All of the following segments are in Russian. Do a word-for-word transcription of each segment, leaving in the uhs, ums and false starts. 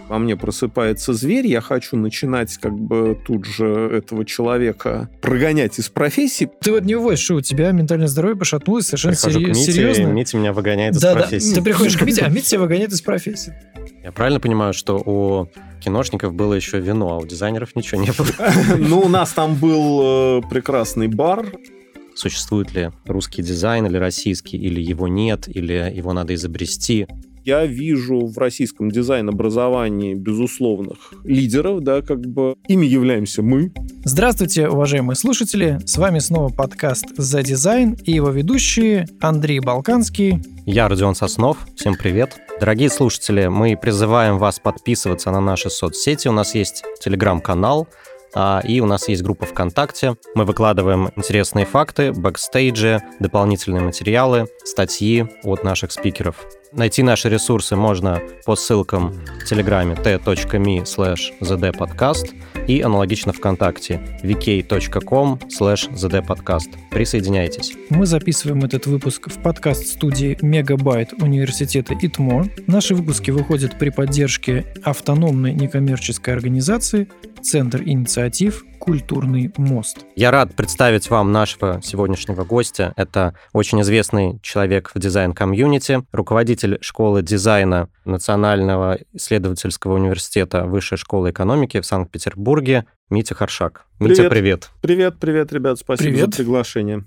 во мне просыпается зверь, я хочу начинать как бы тут же этого человека прогонять из профессии. Ты вот не уводишь, что у тебя ментальное здоровье пошатнулось совершенно Прихожу сери- к Мите, серьезно. Митя меня выгоняет да, из профессии. Да, ты приходишь к Мите, а Митя тебя выгоняет из профессии. Я правильно понимаю, что у киношников было еще вино, а у дизайнеров ничего не было? Ну, у нас там был прекрасный бар. Существует ли русский дизайн или российский, или его нет, или его надо изобрести? Я вижу в российском дизайн-образовании безусловных лидеров, да, как бы ими являемся мы. Здравствуйте, уважаемые слушатели, с вами снова подкаст «За дизайн» и его ведущие Андрей Балканский. Я Родион Соснов, всем привет. Дорогие слушатели, мы призываем вас подписываться на наши соцсети, у нас есть телеграм-канал, и у нас есть группа ВКонтакте. Мы выкладываем интересные факты, бэкстейджи, дополнительные материалы, статьи от наших спикеров. Найти наши ресурсы можно по ссылкам в телеграме t.me slash zdpodcast и аналогично ВКонтакте vk.com slash zdpodcast. Присоединяйтесь. Мы записываем этот выпуск в подкаст-студии Мегабайт университета ИТМО. Наши выпуски выходят при поддержке автономной некоммерческой организации Центр инициатив «Культурный мост». Я рад представить вам нашего сегодняшнего гостя. Это очень известный человек в дизайн-комьюнити, руководитель школы дизайна Национального исследовательского университета Высшей школы экономики в Санкт-Петербурге Митя Харшак. Привет. Митя, привет. Привет, привет, ребят, спасибо привет. за приглашение.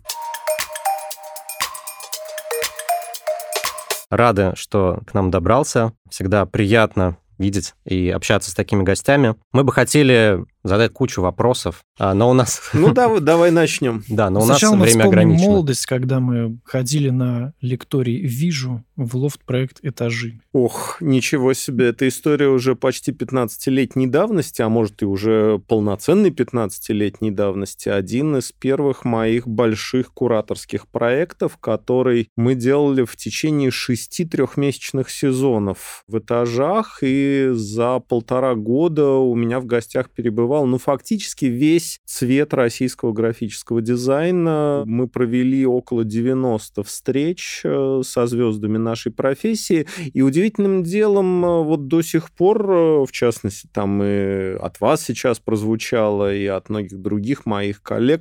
Рады, что к нам добрался. Всегда приятно видеть и общаться с такими гостями. Мы бы хотели задать кучу вопросов, но у нас... Ну, давай, давай начнем. Да, но у Сначала нас время мы вспомним ограничено. молодость, когда мы ходили на лекторий «Вижу» в лофт-проект «Этажи». Ох, ничего себе, эта история уже почти пятнадцатилетней давности, а может и уже полноценной пятнадцатилетней давности. Один из первых моих больших кураторских проектов, который мы делали в течение шести трехмесячных сезонов в «Этажах», и за полтора года у меня в гостях перебывал, ну, фактически весь цвет российского графического дизайна. Мы провели около девяноста встреч со звездами нашей профессии, и удивительным делом вот до сих пор, в частности, там и от вас сейчас прозвучало, и от многих других моих коллег,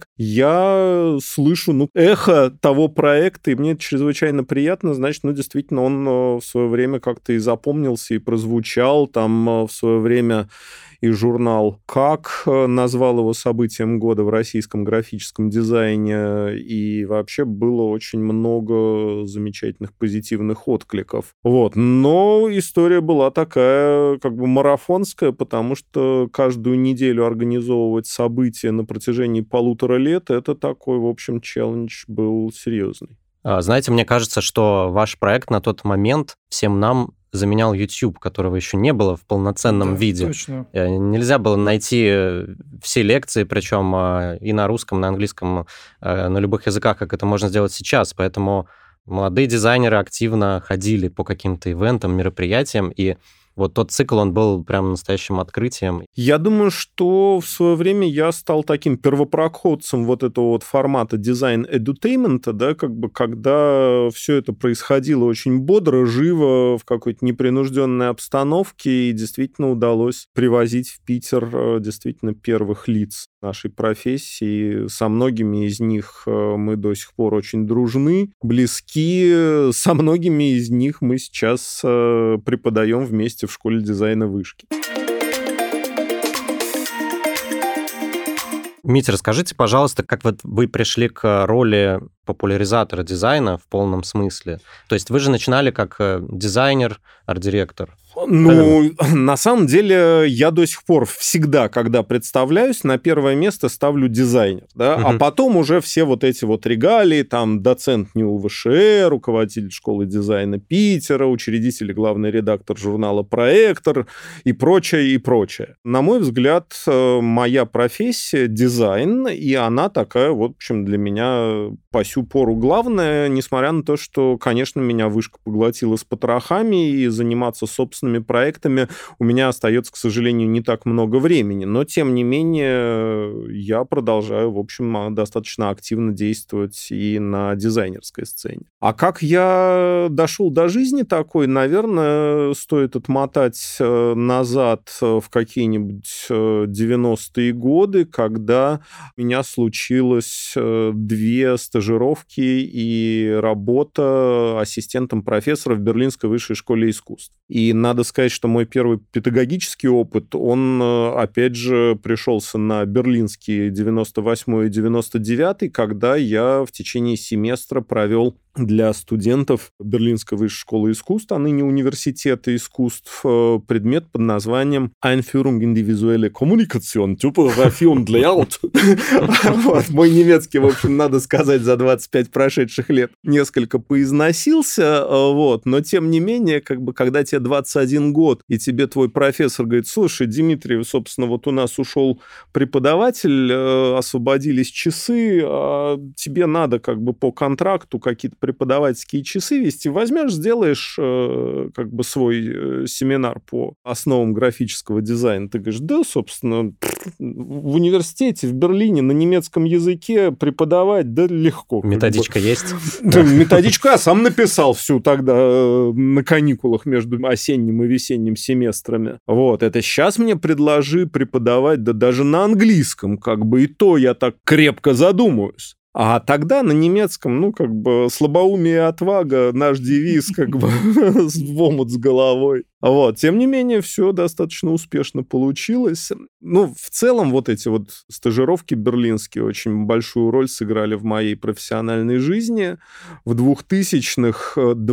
я слышу, ну, эхо того проекта, и мне это чрезвычайно приятно, значит, ну, действительно, он в свое время как-то и запомнился, и прозвучал, там в свое время и журнал «Как» назвал его событием года в российском графическом дизайне, и вообще было очень много замечательных позитивных откликов. Вот. Но история была такая как бы марафонская, потому что каждую неделю организовывать события на протяжении полутора лет, это такой, в общем, челлендж был серьезный. Знаете, мне кажется, что ваш проект на тот момент всем нам заменял YouTube, которого еще не было в полноценном да, виде. Точно. Нельзя было найти все лекции, причем и на русском, на английском, на любых языках, как это можно сделать сейчас. Поэтому молодые дизайнеры активно ходили по каким-то ивентам, мероприятиям, и вот тот цикл, он был прям настоящим открытием. Я думаю, что в свое время я стал таким первопроходцем вот этого вот формата дизайн-эдутеймента, да, как бы когда все это происходило очень бодро, живо, в какой-то непринужденной обстановке, и действительно удалось привозить в Питер действительно первых лиц нашей профессии. Со многими из них мы до сих пор очень дружны, близки. Со многими из них мы сейчас преподаем вместе в школе дизайна Вышки. Митя, расскажите, пожалуйста, как вот вы пришли к роли популяризатора дизайна в полном смысле? То есть вы же начинали как дизайнер, арт-директор. Ну, на самом деле, я до сих пор всегда, когда представляюсь, на первое место ставлю дизайнер, да, угу. А потом уже все вот эти вот регалии, там, доцент НИУ-ВШЭ, руководитель школы дизайна Питера, учредитель и главный редактор журнала «Проектор» и прочее, и прочее. На мой взгляд, моя профессия — дизайн, и она такая, вот, в общем, для меня по сю пору главное, несмотря на то, что, конечно, меня вышка поглотила с потрохами, и заниматься собственными проектами у меня остается, к сожалению, не так много времени. Но, тем не менее, я продолжаю, в общем, достаточно активно действовать и на дизайнерской сцене. А как я дошел до жизни такой, наверное, стоит отмотать назад в какие-нибудь девяностые годы, когда у меня случилось две стажировки и работа ассистентом профессора в Берлинской высшей школе искусств. И надо сказать, что мой первый педагогический опыт, он, опять же, пришелся на берлинские девяносто восьмой и девяносто девятый, когда я в течение семестра провел для студентов Берлинской высшей школы искусств, а ныне университета искусств, предмет под названием Einführung in die visuelle Kommunikation, Typografie und Layout. Мой немецкий, в общем, надо сказать, за двадцать пять прошедших лет несколько поизносился, вот, но тем не менее, как бы, когда тебе двадцать один год, и тебе твой профессор говорит: слушай, Дмитрий, собственно, вот у нас ушел преподаватель, освободились часы, а тебе надо как бы по контракту какие-то преподавательские часы вести, возьмешь, сделаешь э, как бы свой э, семинар по основам графического дизайна. Ты говоришь: да, собственно, в университете в Берлине на немецком языке преподавать, да, легко. Методичка есть? Методичку я сам написал всю тогда э, на каникулах между осенним и весенним семестрами. Вот, это сейчас мне предложи преподавать, да даже на английском, как бы, и то я так крепко задумаюсь. А тогда на немецком, ну, как бы, слабоумие и отвага, наш девиз, как бы, в омут с головой. Вот. Тем не менее, все достаточно успешно получилось. Ну, в целом, вот эти вот стажировки берлинские очень большую роль сыграли в моей профессиональной жизни. В двухтысячных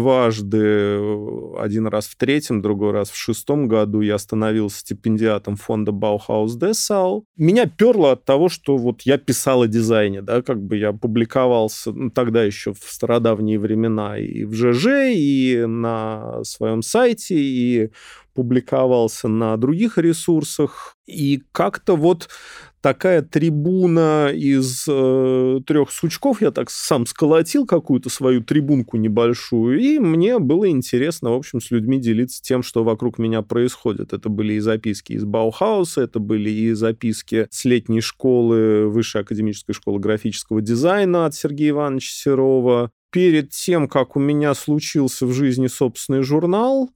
дважды, один раз в третьем, другой раз в шестом году я становился стипендиатом фонда Bauhaus-Dessau. Меня перло от того, что вот я писал о дизайне, да, как бы я публиковался, ну, тогда еще в стародавние времена и в ЖЖ, и на своем сайте, и публиковался на других ресурсах. И как-то вот такая трибуна из э, трех сучков, я так сам сколотил какую-то свою трибунку небольшую, и мне было интересно, в общем, с людьми делиться тем, что вокруг меня происходит. Это были и записки из Баухауса, это были и записки с летней школы, Высшей академической школы графического дизайна от Сергея Ивановича Серова. Перед тем, как у меня случился в жизни собственный журнал,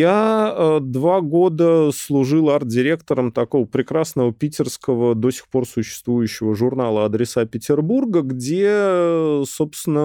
я э, два года служил арт-директором такого прекрасного питерского, до сих пор существующего журнала «Адреса Петербурга», где, собственно,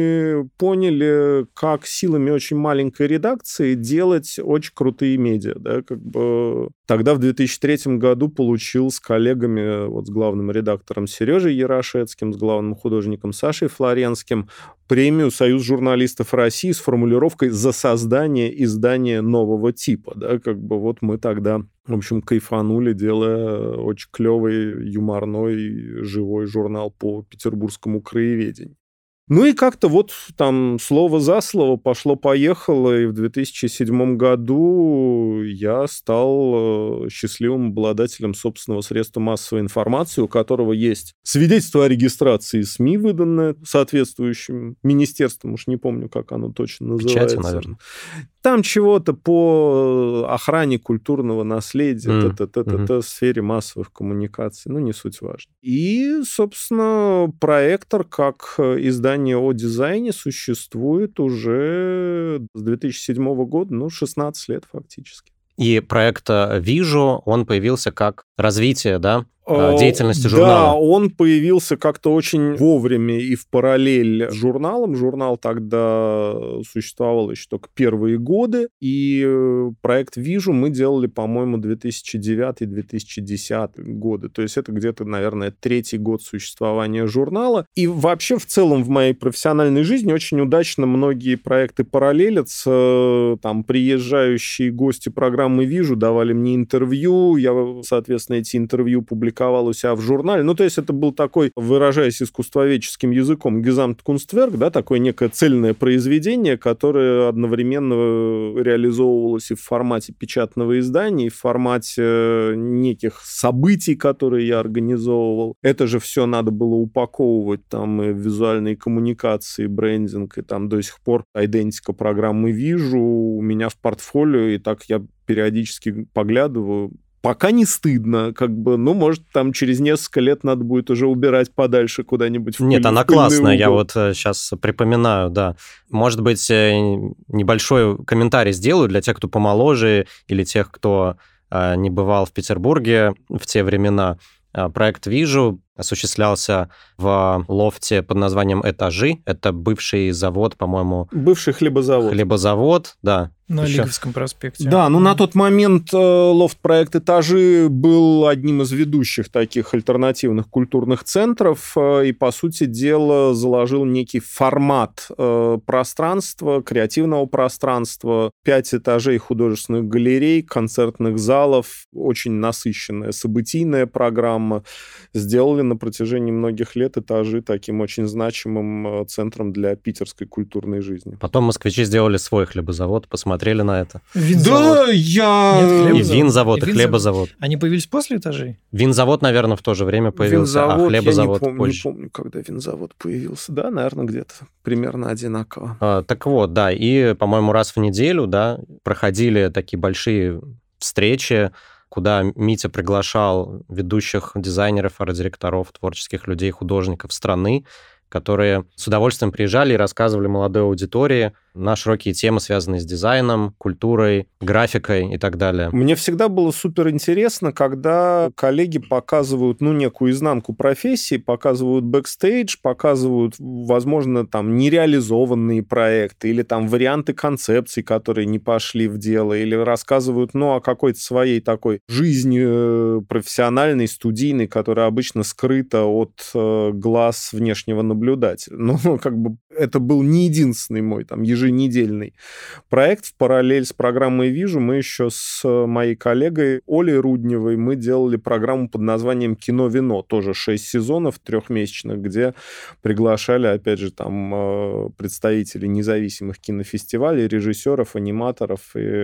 мы поняли, как силами очень маленькой редакции делать очень крутые медиа. Да? Как бы тогда, в две тысячи третьем году, получил с коллегами, вот с главным редактором Сережей Ярошецким, с главным художником Сашей Флоренским, премию «Союз журналистов России» с формулировкой «За создание издания нового типа». Да? Как бы вот мы тогда, в общем, кайфанули, делая очень клевый, юморной, живой журнал по петербургскому краеведению. Ну и как-то вот там слово за слово пошло-поехало, и в две тысячи седьмом году я стал счастливым обладателем собственного средства массовой информации, у которого есть свидетельство о регистрации СМИ, выданное соответствующим министерством, уж не помню, как оно точно называется. Печати, наверное. Там чего-то по охране культурного наследия, mm. т-т-т-т-т, в сфере массовых коммуникаций, ну, не суть важно. И, собственно, проектор как издание о дизайне существует уже с две тысячи седьмого года, ну, шестнадцать лет фактически. И проект «Вижу», он появился как развитие, да, деятельности журнала. Да, он появился как-то очень вовремя и в параллель с журналом. Журнал тогда существовал еще только первые годы, и проект «Вижу» мы делали, по-моему, две тысячи девятый - две тысячи десятый годы. То есть это где-то, наверное, третий год существования журнала. И вообще, в целом, в моей профессиональной жизни очень удачно многие проекты параллелятся. Там приезжающие гости программы «Вижу» давали мне интервью, я, соответственно, эти интервью публиковал публиковал у себя в журнале. Ну, то есть это был такой, выражаясь искусствоведческим языком, Gesamtkunstwerk, да, такое некое цельное произведение, которое одновременно реализовывалось и в формате печатного издания, и в формате неких событий, которые я организовывал. Это же все надо было упаковывать, там, и визуальные коммуникации, брендинг, и там до сих пор идентика программы вижу у меня в портфолио, и так я периодически поглядываю. Пока не стыдно, как бы, ну, может, там через несколько лет надо будет уже убирать подальше куда-нибудь в Нет, пыль, она в пыльный классная, угол. я вот сейчас припоминаю, да. Может быть, небольшой комментарий сделаю для тех, кто помоложе, или тех, кто не бывал в Петербурге в те времена. Проект «Вижу» осуществлялся в лофте под названием «Этажи». Это бывший завод, по-моему... Бывший хлебозавод. Хлебозавод, да. На Еще... Лиговском проспекте. Да, ну на тот момент э, лофт-проект «Этажи» был одним из ведущих таких альтернативных культурных центров э, и, по сути дела, заложил некий формат э, пространства, креативного пространства, пять этажей художественных галерей, концертных залов, очень насыщенная событийная программа. Сделали на протяжении многих лет «Этажи» таким очень значимым центром для питерской культурной жизни. Потом москвичи сделали свой хлебозавод, посмотрели на это. Винзавод. Да, я... Нет, И винзавод, и, и хлебозавод. Они появились после «Этажей»? Винзавод, наверное, в то же время появился, Винзавод, а хлебозавод я не помню, позже. не помню, когда винзавод появился. Да, наверное, где-то примерно одинаково. А, так вот, да, и, по-моему, раз в неделю, да, проходили такие большие встречи, куда Митя приглашал ведущих дизайнеров, арт-директоров, творческих людей, художников страны, которые с удовольствием приезжали и рассказывали молодой аудитории на широкие темы, связанные с дизайном, культурой, графикой и так далее. Мне всегда было супер интересно, когда коллеги показывают, ну, некую изнанку профессии, показывают бэкстейдж, показывают, возможно, там, нереализованные проекты или там варианты концепций, которые не пошли в дело, или рассказывают, ну, о какой-то своей такой жизни профессиональной, студийной, которая обычно скрыта от э, глаз внешнего наблюдателя. Ну, как бы это был не единственный мой там еженедельный проект. В параллель с программой «Вижу» мы еще с моей коллегой Олей Рудневой мы делали программу под названием «Кино-вино». Тоже шесть сезонов трехмесячных, где приглашали, опять же, там представителей независимых кинофестивалей, режиссеров, аниматоров.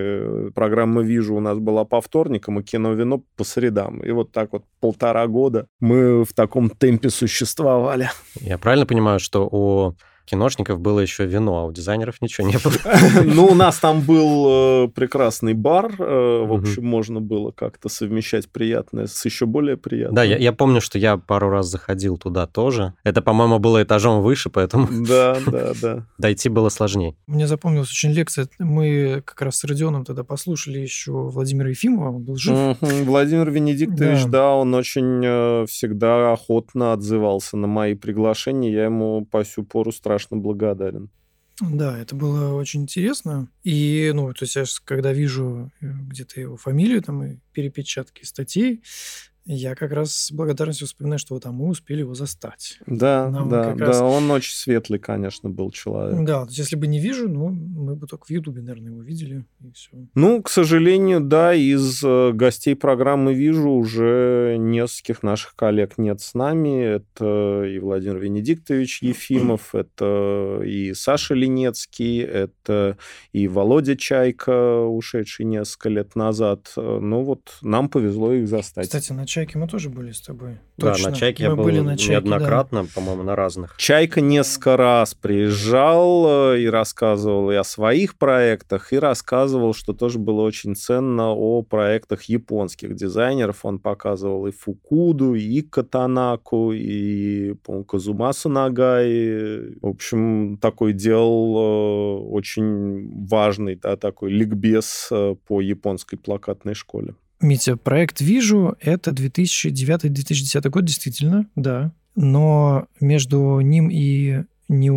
И программа «Вижу» у нас была по вторникам, и «Кино-вино» по средам. И вот так вот полтора года мы в таком темпе существовали. Я правильно понимаю, что у киношников было еще вино, а у дизайнеров ничего не было? Ну, у нас там был э, прекрасный бар. Э, в общем, mm-hmm. можно было как-то совмещать приятное с еще более приятным. Да, я, я помню, что я пару раз заходил туда тоже. Это, по-моему, было этажом выше, поэтому... Да, да, да. Дойти было сложнее. Мне запомнилась очень лекция. Мы как раз с Родионом тогда послушали еще Владимира Ефимова, он был жив. Mm-hmm. Владимир Венедиктович, да. да, он очень э, всегда охотно отзывался на мои приглашения. Я ему по сю пору страшно страшно благодарен. Да, это было очень интересно. И, ну, то есть я когда вижу где-то его фамилию, там, и перепечатки статей, я как раз с благодарностью вспоминаю, что вот там мы успели его застать. Да, Нам да, да, раз... он очень светлый, конечно, был человек. Да, то есть если бы не вижу, ну, мы бы только в Ютубе, наверное, его видели, и все. Ну, к сожалению, да, из гостей программы «Вижу» уже нескольких наших коллег нет с нами. Это и Владимир Венедиктович Ефимов, это и Саша Ленецкий, это и Володя Чайка, ушедший несколько лет назад. Ну, вот нам повезло их застать. Кстати, на «Чайке» мы тоже были с тобой. Да, Точно. на «Чайке» мы я был были на «Чайке», неоднократно, да. по-моему, на разных. «Чайка» несколько раз приезжал и рассказывал и о своих проектах, и рассказывал, что тоже было очень ценно, о проектах японских дизайнеров. Он показывал и Фукуду, и Катанаку, и, по-моему, Казумасу Нагаи. В общем, такой делал очень важный, да, такой ликбез по японской плакатной школе. Митя, проект «Вижу» — это две тысячи девятый - две тысячи десятый год, действительно, да. Но между ним и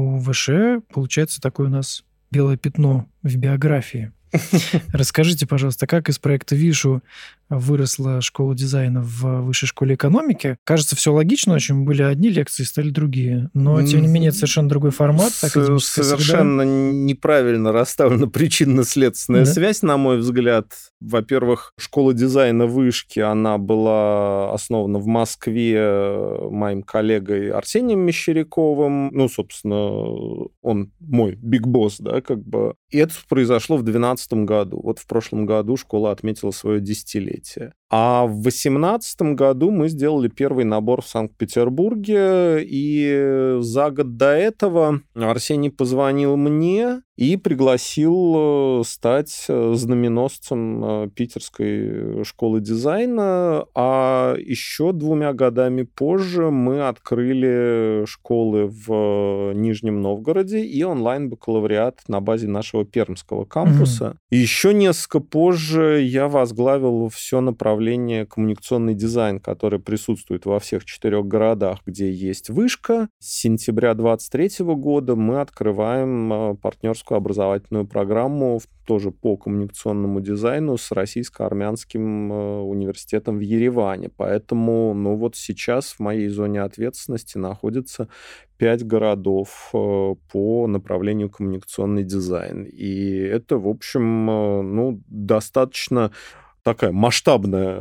НИУ-ВШ получается такое у нас белое пятно в биографии. Расскажите, пожалуйста, как из проекта «Вижу» выросла школа дизайна в высшей школе экономики. Кажется, все логично, очень были одни лекции, стали другие. Но, тем не менее, это совершенно другой формат. Академическая Совершенно среда. неправильно расставлена причинно-следственная Да. связь, на мой взгляд. Во-первых, школа дизайна вышки, она была основана в Москве моим коллегой Арсением Мещеряковым. Ну, собственно, он мой биг-босс, да, как бы. И это произошло в две тысячи двенадцатом году. Вот в прошлом году школа отметила свое десятилетие. А в две тысячи восемнадцатом году мы сделали первый набор в Санкт-Петербурге, и за год до этого Арсений позвонил мне и пригласил стать знаменосцем питерской школы дизайна, а еще двумя годами позже мы открыли школы в Нижнем Новгороде и онлайн-бакалавриат на базе нашего пермского кампуса. Угу. И еще несколько позже я возглавил все направление коммуникационный дизайн, который присутствует во всех четырех городах, где есть вышка. С сентября двадцать третьего года мы открываем партнерскую образовательную программу тоже по коммуникационному дизайну с Российско-армянским университетом в Ереване. Поэтому, ну вот сейчас в моей зоне ответственности находится пять городов по направлению коммуникационный дизайн. И это, в общем, ну, достаточно такая масштабная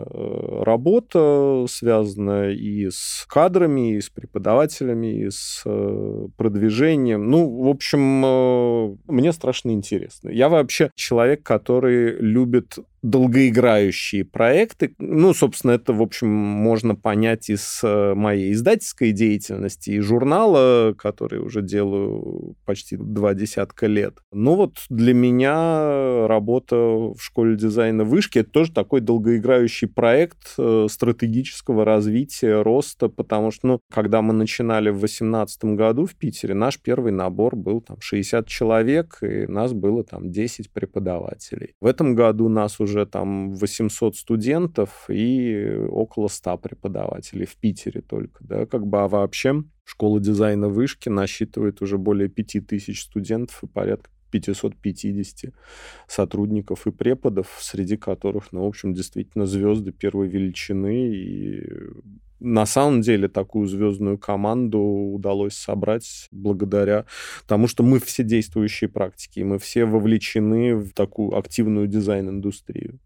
работа, связанная и с кадрами, и с преподавателями, и с продвижением. Ну, в общем, мне страшно интересно. Я вообще человек, который любит долгоиграющие проекты. Ну, собственно, это, в общем, можно понять из моей издательской деятельности и журнала, который уже делаю почти два десятка лет. Ну, вот для меня работа в школе дизайна вышки — это тоже такой долгоиграющий проект стратегического развития, роста, потому что, ну, когда мы начинали в две тысячи восемнадцатом году в Питере, наш первый набор был там шестьдесят человек, и нас было там десять преподавателей. В этом году нас уже там восемьсот студентов и около ста преподавателей в Питере только, да, как бы, а вообще школа дизайна вышки насчитывает уже более пяти тысяч студентов и порядка пятьсот пятьдесят сотрудников и преподов, среди которых, ну, в общем, действительно звезды первой величины. И на самом деле такую звездную команду удалось собрать благодаря тому, что мы все действующие практики, мы все вовлечены в такую активную дизайн-индустрию.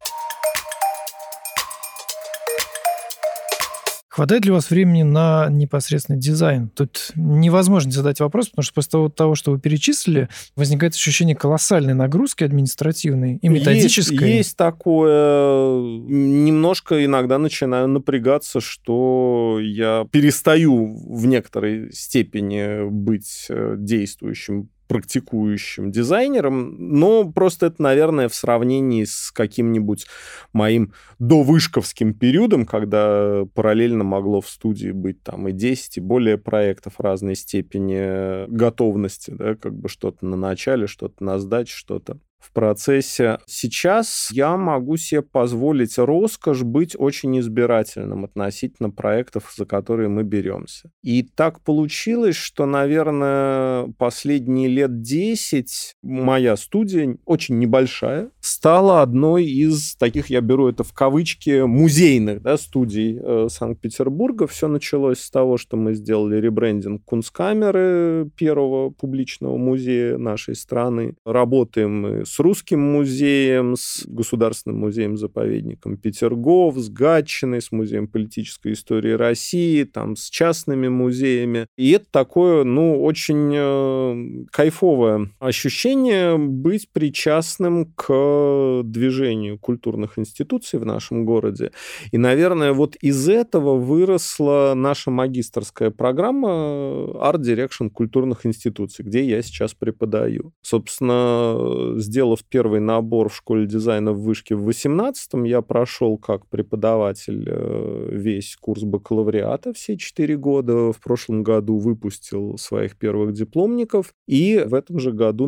Хватает ли у вас времени на непосредственный дизайн? Тут невозможно не задать вопрос, потому что после того, того, что вы перечислили, возникает ощущение колоссальной нагрузки административной и методической. Есть, есть такое. Немножко иногда начинаю напрягаться, что я перестаю в некоторой степени быть действующим практикующим дизайнером, но просто это, наверное, в сравнении с каким-нибудь моим довышковским периодом, когда параллельно могло в студии быть там и десять, и более проектов разной степени готовности, да, как бы что-то на начале, что-то на сдаче, что-то в процессе. Сейчас я могу себе позволить роскошь быть очень избирательным относительно проектов, за которые мы беремся. И так получилось, что, наверное, последние лет десять моя студия, очень небольшая, стала одной из таких, я беру это в кавычки, музейных, да, студий э, Санкт-Петербурга. Все началось с того, что мы сделали ребрендинг Кунсткамеры, первого публичного музея нашей страны. Работаем мы с Русским музеем, с Государственным музеем-заповедником Петергоф, с Гатчиной, с Музеем политической истории России, там, с частными музеями. И это такое, ну, очень э, кайфовое ощущение быть причастным к движению культурных институций в нашем городе. И, наверное, вот из этого выросла наша магистерская программа Art Direction культурных институций, где я сейчас преподаю. Собственно, сделав первый набор в школе дизайна в вышке в восемнадцатом, я прошел как преподаватель весь курс бакалавриата все четыре года. В прошлом году выпустил своих первых дипломников и в этом же году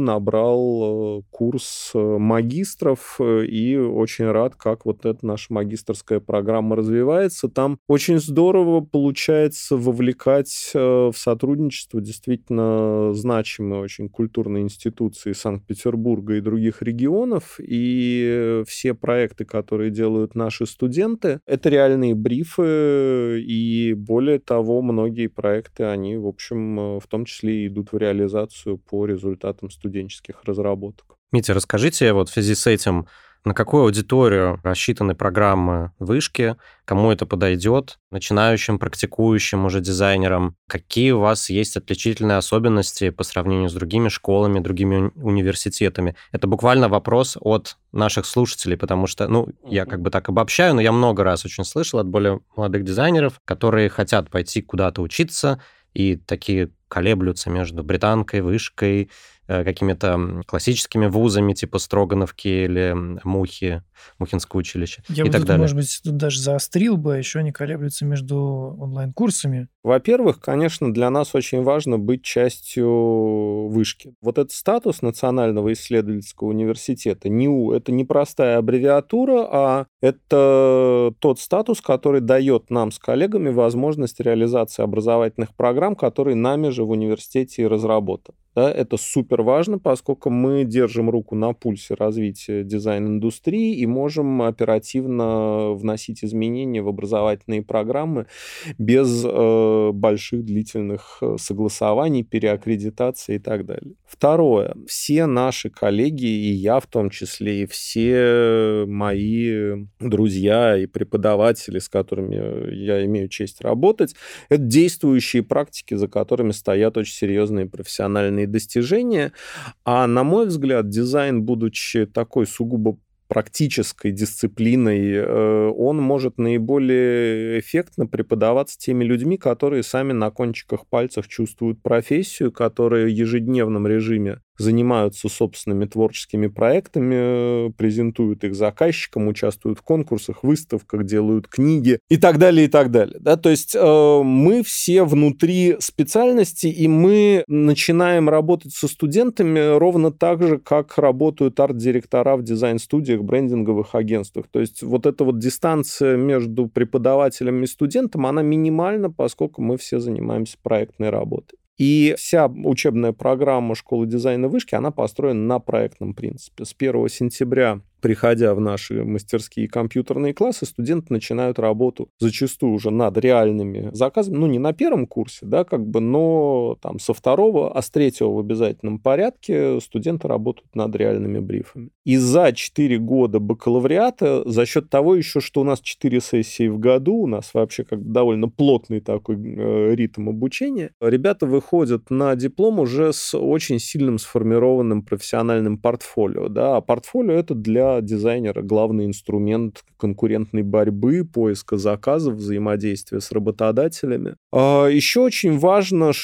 набрал курс магистров, и очень рад, как вот эта наша магистерская программа развивается. Там очень здорово получается вовлекать в сотрудничество действительно значимые очень культурные институции Санкт-Петербурга и других других регионов, и все проекты, которые делают наши студенты, это реальные брифы, и более того, многие проекты, они, в общем, в том числе идут в реализацию по результатам студенческих разработок. Митя, расскажите вот в связи с этим, на какую аудиторию рассчитаны программы вышки, кому это подойдет, начинающим, практикующим уже дизайнерам, какие у вас есть отличительные особенности по сравнению с другими школами, другими уни- университетами. Это буквально вопрос от наших слушателей, потому что, ну, я как бы так обобщаю, но я много раз очень слышал от более молодых дизайнеров, которые хотят пойти куда-то учиться и такие колеблются между британкой, вышкой, какими-то классическими вузами типа Строгановки или Мухи, Мухинское училище Я и бы так тут, далее. может быть, тут даже заострил бы, еще они колеблются между онлайн-курсами. Во-первых, конечно, для нас очень важно быть частью вышки. Вот этот статус Национального исследовательского университета, НИУ, это не простая аббревиатура, а это тот статус, который дает нам с коллегами возможность реализации образовательных программ, которые нами же в университете и разработаны. Да, это супер важно, поскольку мы держим руку на пульсе развития дизайн-индустрии и можем оперативно вносить изменения в образовательные программы без э, больших длительных согласований, переаккредитации и так далее. Второе. Все наши коллеги, и я в том числе, и все мои друзья и преподаватели, с которыми я имею честь работать, это действующие практики, за которыми стоят очень серьезные профессиональные достижения. А на мой взгляд, дизайн, будучи такой сугубо практической дисциплиной, он может наиболее эффектно преподаваться теми людьми, которые сами на кончиках пальцев чувствуют профессию, которые в ежедневном режиме занимаются собственными творческими проектами, презентуют их заказчикам, участвуют в конкурсах, выставках, делают книги и так далее, и так далее. Да? То есть э, мы все внутри специальности, и мы начинаем работать со студентами ровно так же, как работают арт-директора в дизайн-студиях, брендинговых агентствах. То есть вот эта вот дистанция между преподавателем и студентом, она минимальна, поскольку мы все занимаемся проектной работой. И вся учебная программа школы дизайна вышки, она построена на проектном принципе. С первого сентября, приходя в наши мастерские компьютерные классы, студенты начинают работу зачастую уже над реальными заказами. Ну, не на первом курсе, да, как бы, но там со второго, а с третьего в обязательном порядке студенты работают над реальными брифами. И за четыре года бакалавриата, за счет того еще, что у нас четыре сессии в году, у нас вообще как бы довольно плотный такой э, ритм обучения, ребята выходят на диплом уже с очень сильным сформированным профессиональным портфолио. Да? А портфолио — это для дизайнера главный инструмент конкурентной борьбы, поиска заказов, взаимодействия с работодателями. А еще очень важно,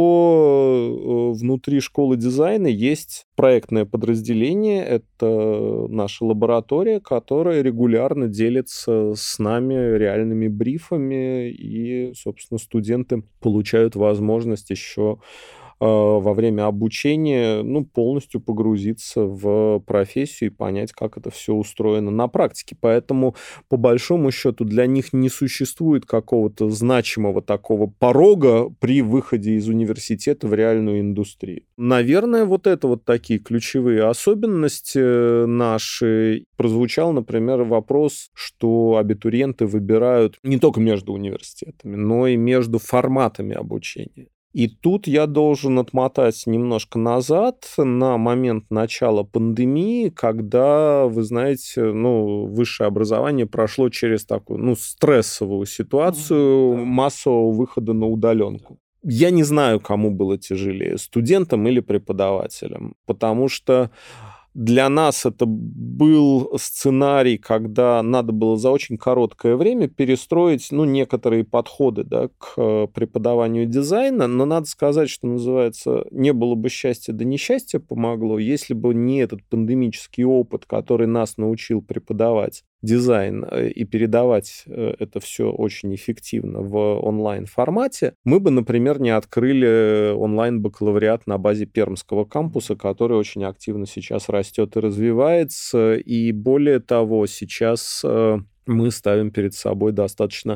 что внутри школы дизайна есть проектное подразделение, это наша лаборатория, которая регулярно делится с нами реальными брифами, и, собственно, студенты получают возможность еще во время обучения, ну, полностью погрузиться в профессию и понять, как это все устроено на практике. Поэтому, по большому счету, для них не существует какого-то значимого такого порога при выходе из университета в реальную индустрию. Наверное, вот это вот такие ключевые особенности наши. Прозвучал, например, вопрос, что абитуриенты выбирают не только между университетами, но и между форматами обучения. И тут я должен отмотать немножко назад, на момент начала пандемии, когда, вы знаете, ну, высшее образование прошло через такую, ну, стрессовую ситуацию mm-hmm. массового выхода на удаленку. Я не знаю, кому было тяжелее, студентам или преподавателям, потому что для нас это был сценарий, когда надо было за очень короткое время перестроить, ну, некоторые подходы, да, к преподаванию дизайна, но надо сказать, что называется, не было бы счастья, да несчастье помогло, если бы не этот пандемический опыт, который нас научил преподавать дизайн и передавать это все очень эффективно в онлайн-формате, мы бы, например, не открыли онлайн-бакалавриат на базе Пермского кампуса, который очень активно сейчас растет и развивается. И более того, сейчас мы ставим перед собой достаточно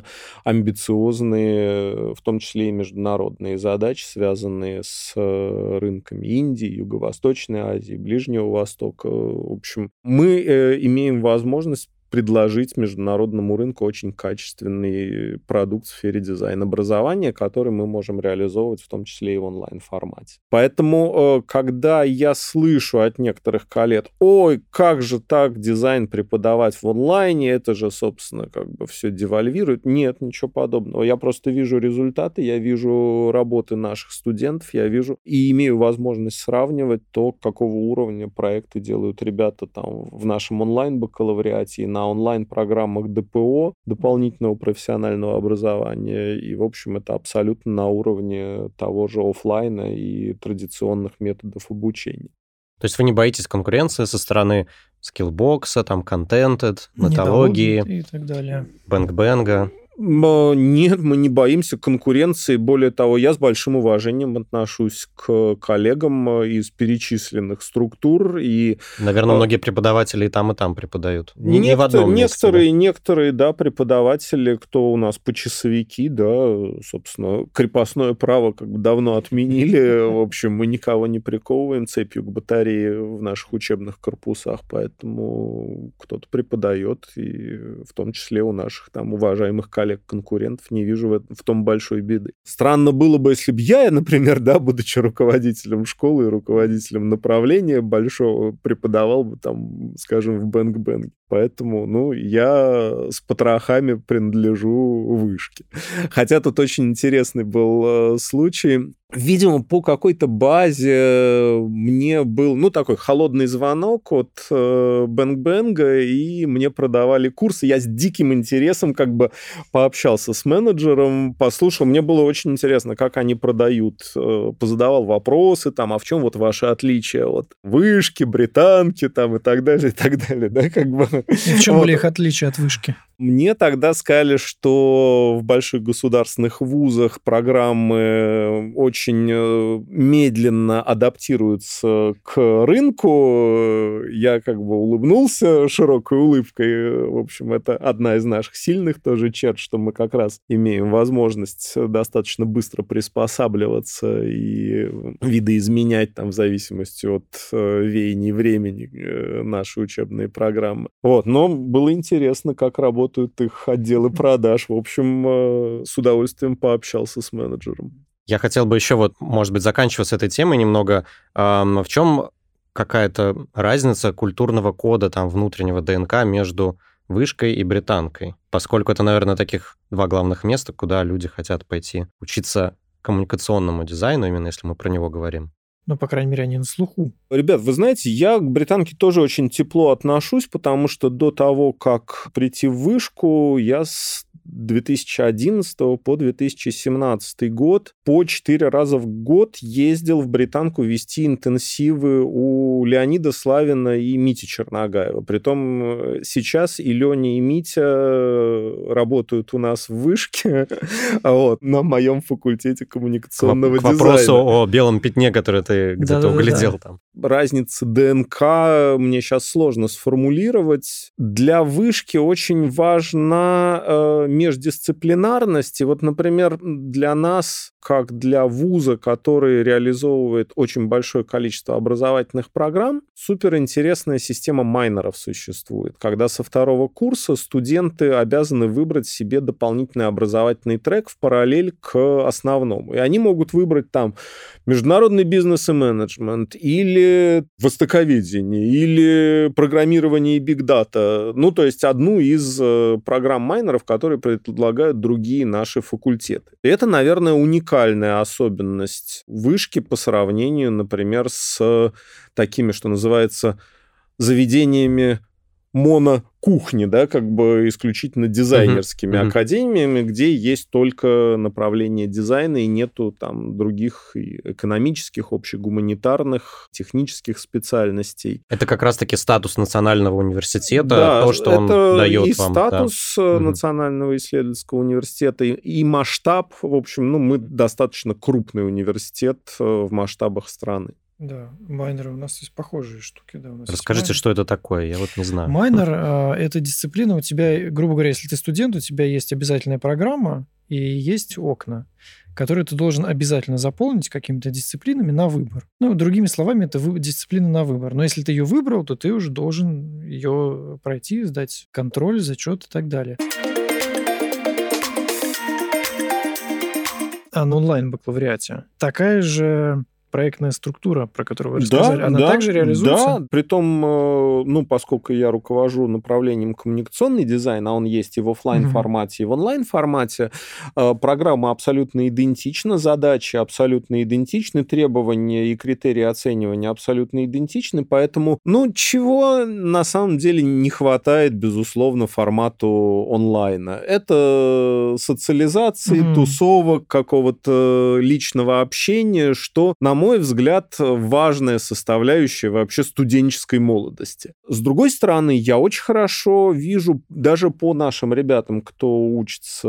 амбициозные, в том числе и международные задачи, связанные с рынками Индии, Юго-Восточной Азии, Ближнего Востока. В общем, мы имеем возможность предложить международному рынку очень качественный продукт в сфере дизайн-образования, который мы можем реализовывать в том числе и в онлайн-формате. Поэтому, когда я слышу от некоторых коллег: ой, как же так дизайн преподавать в онлайне, это же, собственно, как бы все девальвирует. Нет, ничего подобного. Я просто вижу результаты, я вижу работы наших студентов, я вижу и имею возможность сравнивать то, какого уровня проекты делают ребята там в нашем онлайн-бакалавриате и на онлайн-программах ДПО, дополнительного профессионального образования. И, в общем, это абсолютно на уровне того же офлайна и традиционных методов обучения. То есть вы не боитесь конкуренции со стороны Skillbox, там, Contented, Нотологии и так далее, Бэнг-Бэнга? Нет, мы не боимся конкуренции. Более того, я с большим уважением отношусь к коллегам из перечисленных структур. И, наверное, многие преподаватели и там, и там преподают. Не, Некто, не в одном месте, некоторые, да? некоторые, да, преподаватели, кто у нас почасовики, да, собственно, крепостное право как бы давно отменили. В общем, мы никого не приковываем цепью к батарее в наших учебных корпусах, поэтому кто-то преподает, и в том числе у наших там уважаемых коллег, конкурентов, не вижу в, в том большой беды. Странно было бы, если бы я, например, да, будучи руководителем школы и руководителем направления большого, преподавал бы там, скажем, в Бэнг-Бэнге. Поэтому, ну, я с потрохами принадлежу вышке. Хотя тут очень интересный был э, случай. Видимо, по какой-то базе мне был, ну, такой холодный звонок от э, Бэнг-Бэнга, и мне продавали курсы. Я с диким интересом как бы пообщался с менеджером, послушал. Мне было очень интересно, как они продают. Э, позадавал вопросы, там, а в чем вот ваше отличие от вышки, британки, там, и так далее, и так далее, да, как бы. И в чем вот были их отличия от вышки? Мне тогда сказали, что в больших государственных вузах программы очень медленно адаптируются к рынку. Я как бы улыбнулся широкой улыбкой. В общем, это одна из наших сильных тоже черт, что мы как раз имеем возможность достаточно быстро приспосабливаться и видоизменять там в зависимости от веяний времени наши учебные программы. Вот. Но было интересно, как работать их отделы продаж. В общем, с удовольствием пообщался с менеджером. Я хотел бы еще, вот, может быть, заканчивая с этой темой немного. В чем какая-то разница культурного кода, там, внутреннего ДНК между вышкой и британкой? Поскольку это, наверное, таких два главных места, куда люди хотят пойти учиться коммуникационному дизайну, именно если мы про него говорим. Ну, по крайней мере, они на слуху. Ребят, вы знаете, я к британке тоже очень тепло отношусь, потому что до того, как прийти в вышку, я с две тысячи одиннадцатого по две тысячи семнадцатый год по четыре раза в год ездил в британку вести интенсивы у Леонида Славина и Мити Черногаева. Притом сейчас и Леня, и Митя работают у нас в вышке вот, на моем факультете коммуникационного к, дизайна. К вопросу о белом пятне, который ты где-то да, углядел да, да. там. Разница ДНК мне сейчас сложно сформулировать. Для вышки очень важна э, междисциплинарность. И вот, например, для нас, как для вуза, который реализовывает очень большое количество образовательных программ, суперинтересная система майнеров существует, когда со второго курса студенты обязаны выбрать себе дополнительный образовательный трек в параллель к основному. И они могут выбрать там международный бизнес и менеджмент, или востоковедение, или программирование и бигдата. Ну, то есть одну из программ майнеров, которые предлагают другие наши факультеты. И это, наверное, уникальная особенность вышки по сравнению, например, с такими, что называется, заведениями монокухни, да, как бы исключительно дизайнерскими uh-huh. академиями, где есть только направление дизайна и нету там других экономических, общегуманитарных, технических специальностей. Это как раз-таки статус национального университета, да, то, что он дает и вам. Статус да. национального исследовательского университета, и масштаб, в общем, ну, мы достаточно крупный университет в масштабах страны. Да, майнеры у нас есть похожие штуки. Да, у нас Расскажите, что это такое, я вот не знаю. Майнер э, – это дисциплина, у тебя, грубо говоря, если ты студент, у тебя есть обязательная программа и есть окна, которые ты должен обязательно заполнить какими-то дисциплинами на выбор. Ну, другими словами, это вы, дисциплина на выбор. Но если ты ее выбрал, то ты уже должен ее пройти, сдать контроль, зачет и так далее. А на онлайн-бакалавриате такая же проектная структура, про которую вы рассказали, Да, она да, также реализуется? Да, притом, ну, поскольку я руковожу направлением коммуникационный дизайн, а он есть и в офлайн-формате, и в онлайн-формате, программа абсолютно идентична, задачи абсолютно идентичны, требования и критерии оценивания абсолютно идентичны, поэтому, ну, чего на самом деле не хватает, безусловно, формату онлайна? Это социализации, mm-hmm. тусовок, какого-то личного общения, что, на мой мой взгляд, важная составляющая вообще студенческой молодости. С другой стороны, я очень хорошо вижу даже по нашим ребятам, кто учится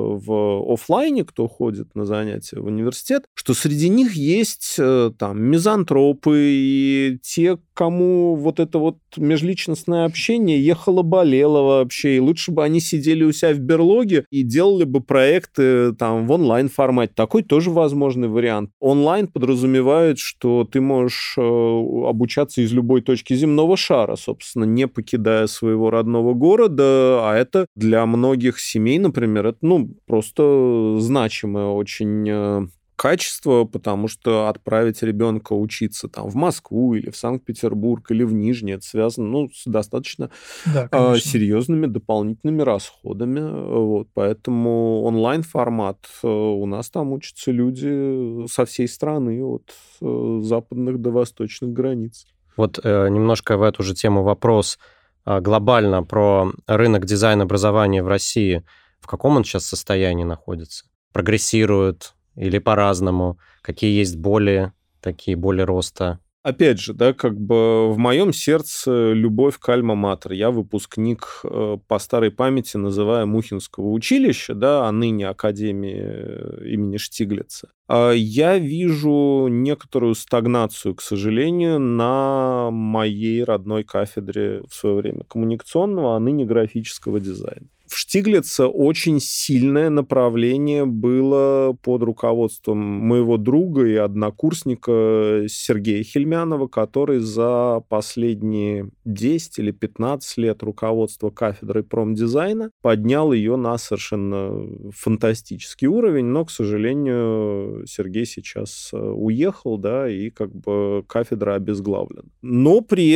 в офлайне, кто ходит на занятия в университет, что среди них есть там мизантропы и те, кому вот это вот межличностное общение ехало-болело вообще, и лучше бы они сидели у себя в берлоге и делали бы проекты там в онлайн-формате. Такой тоже возможный вариант. Онлайн подразумевает, что ты можешь э, обучаться из любой точки земного шара, собственно, не покидая своего родного города, а это для многих семей, например, это, ну, просто значимое очень э, качество, потому что отправить ребенка учиться там в Москву или в Санкт-Петербург или в Нижний, это связано, ну, с достаточно да, э, серьезными дополнительными расходами. Вот. Поэтому онлайн-формат. Э, у нас там учатся люди со всей страны, от э, западных до восточных границ. Вот э, немножко в эту же тему вопрос э, глобально про рынок дизайн-образования в России. В каком он сейчас состоянии находится? Прогрессирует? Или по-разному? Какие есть боли, такие боли роста? Опять же, да, как бы в моем сердце любовь к альма-матер. Я выпускник э, по старой памяти, называя Мухинского училища, да, а ныне Академии имени Штиглица. Э, я вижу некоторую стагнацию, к сожалению, на моей родной кафедре в свое время коммуникационного, а ныне графического дизайна. В Штиглице очень сильное направление было под руководством моего друга и однокурсника Сергея Хельмянова, который за последние десять или пятнадцать лет руководства кафедрой промдизайна поднял ее на совершенно фантастический уровень, но, к сожалению, Сергей сейчас уехал, да, и как бы кафедра обезглавлена. Но при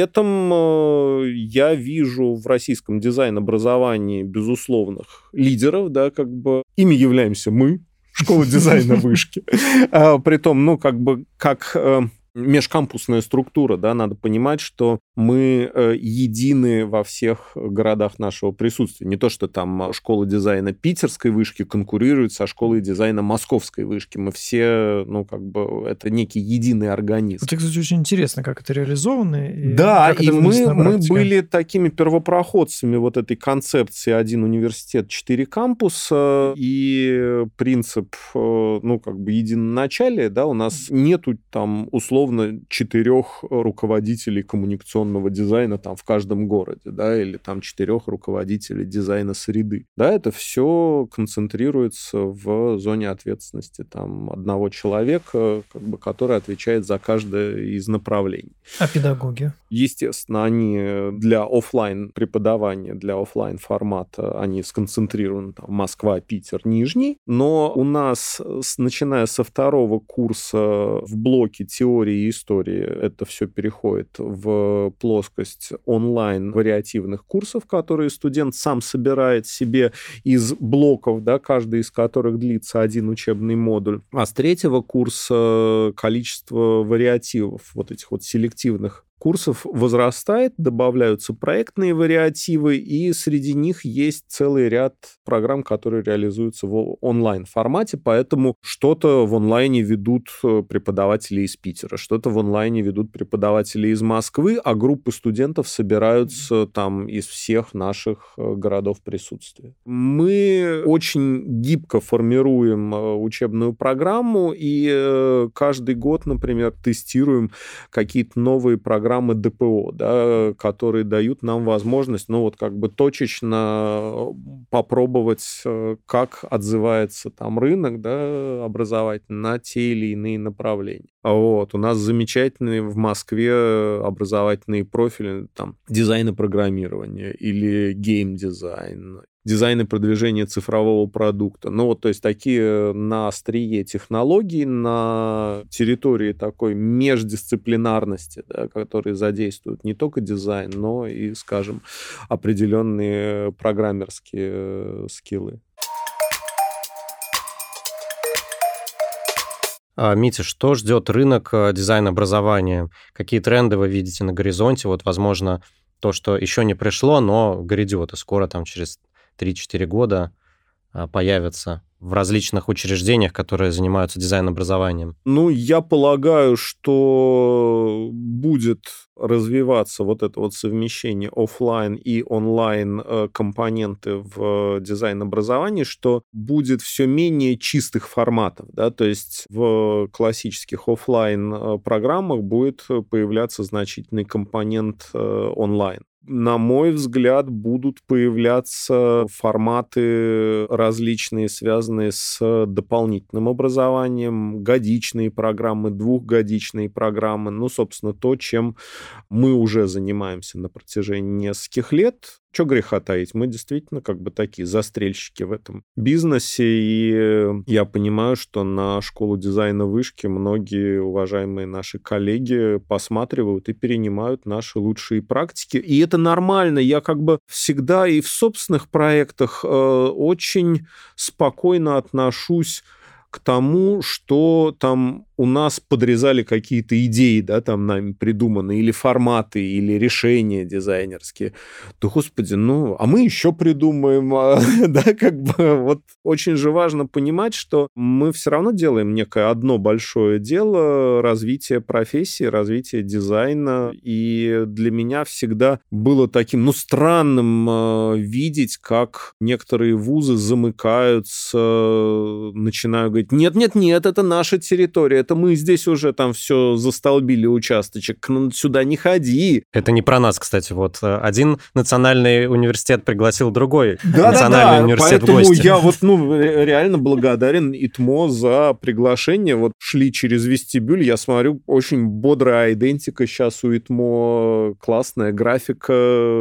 этом я вижу в российском дизайн-образовании, безусловно, условных лидеров, да, как бы ими являемся мы, школа дизайна вышки. Притом, ну, как бы, как межкампусная структура, да, надо понимать, что мы э, едины во всех городах нашего присутствия. Не то, что там школа дизайна питерской вышки конкурирует со школой дизайна московской вышки. Мы все, ну, как бы, это некий единый организм. Это, кстати, очень интересно, как это реализовано. И да, как и это мы, мы были такими первопроходцами вот этой концепции «один университет, четыре кампуса», и принцип, ну, как бы, единоначалия, да, у нас нету там условно четырех руководителей коммуникационного дизайна там в каждом городе, да, или там четырех руководителей дизайна среды. Да, это все концентрируется в зоне ответственности там одного человека, как бы, который отвечает за каждое из направлений. А педагоги? Естественно, они для офлайн преподавания, для офлайн формата, они сконцентрированы там Москва, Питер, Нижний, но у нас, начиная со второго курса в блоке теории и истории, это все переходит в плоскость онлайн вариативных курсов, которые студент сам собирает себе из блоков, да, каждый из которых длится один учебный модуль. А с третьего курса количество вариативов, вот этих вот селективных курсов возрастает, добавляются проектные вариативы, и среди них есть целый ряд программ, которые реализуются в онлайн-формате, поэтому что-то в онлайне ведут преподаватели из Питера, что-то в онлайне ведут преподаватели из Москвы, а группы студентов собираются там из всех наших городов присутствия. Мы очень гибко формируем учебную программу, и каждый год, например, тестируем какие-то новые программы ДПО, да, которые дают нам возможность, ну, вот как бы точечно попробовать, как отзывается там рынок, да, образовательный на те или иные направления. Вот. У нас замечательные в Москве образовательные профили, там, дизайн и программирование или геймдизайн, дизайн и продвижение цифрового продукта. Ну, вот, то есть такие на острие технологий, на территории такой междисциплинарности, да, которые задействуют не только дизайн, но и, скажем, определенные программерские скиллы. Митя, что ждет рынок дизайн-образования? Какие тренды вы видите на горизонте? Вот, возможно, то, что еще не пришло, но грядет, и скоро там через три-четыре года появится в различных учреждениях, которые занимаются дизайн-образованием? Ну, я полагаю, что будет развиваться вот это вот совмещение офлайн и онлайн компоненты в дизайн-образовании, что будет все менее чистых форматов, да, то есть в классических офлайн программах будет появляться значительный компонент онлайн. На мой взгляд, будут появляться форматы различные, связанные с дополнительным образованием, годичные программы, двухгодичные программы. Ну, собственно, то, чем мы уже занимаемся на протяжении нескольких лет. Чего греха таить, мы действительно как бы такие застрельщики в этом бизнесе, и я понимаю, что на школу дизайна вышки многие уважаемые наши коллеги посматривают и перенимают наши лучшие практики, и это нормально. Я как бы всегда и в собственных проектах э, очень спокойно отношусь к тому, что там у нас подрезали какие-то идеи, да, там нами придуманные, или форматы, или решения дизайнерские. Да, господи, ну, а мы еще придумаем, а, да, как бы вот очень же важно понимать, что мы все равно делаем некое одно большое дело развития профессии, развития дизайна, и для меня всегда было таким, ну, странным э, видеть, как некоторые вузы замыкаются, начинают говорить, нет-нет-нет, это наша территория, это мы здесь уже там все застолбили участочек, сюда не ходи. Это не про нас, кстати. Вот один национальный университет пригласил другой да, национальный да, да. университет Поэтому в гости. Я вот ну, реально благодарен ИТМО за приглашение. Вот шли через вестибюль, я смотрю, очень бодрая идентика сейчас у ИТМО, классная графика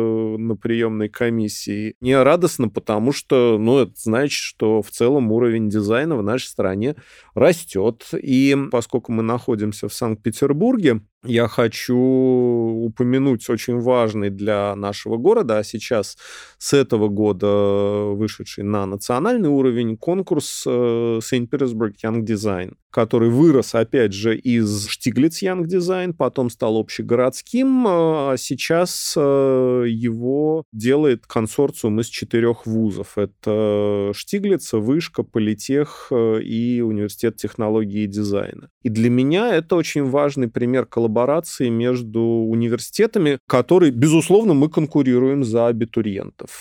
на приемной комиссии. Мне радостно, потому что, ну, это значит, что в целом уровень дизайна в нашей стране растет. И поскольку мы находимся в Санкт-Петербурге, я хочу упомянуть очень важный для нашего города, а сейчас с этого года вышедший на национальный уровень конкурс Saint Petersburg Young Design, который вырос, опять же, из Штиглиц Young Design, потом стал общегородским, а сейчас его делает консорциум из четырех вузов. Это Штиглица, Вышка, Политех и Университет технологии и дизайна. И для меня это очень важный пример коллаборации между университетами, которые, безусловно, мы конкурируем за абитуриентов.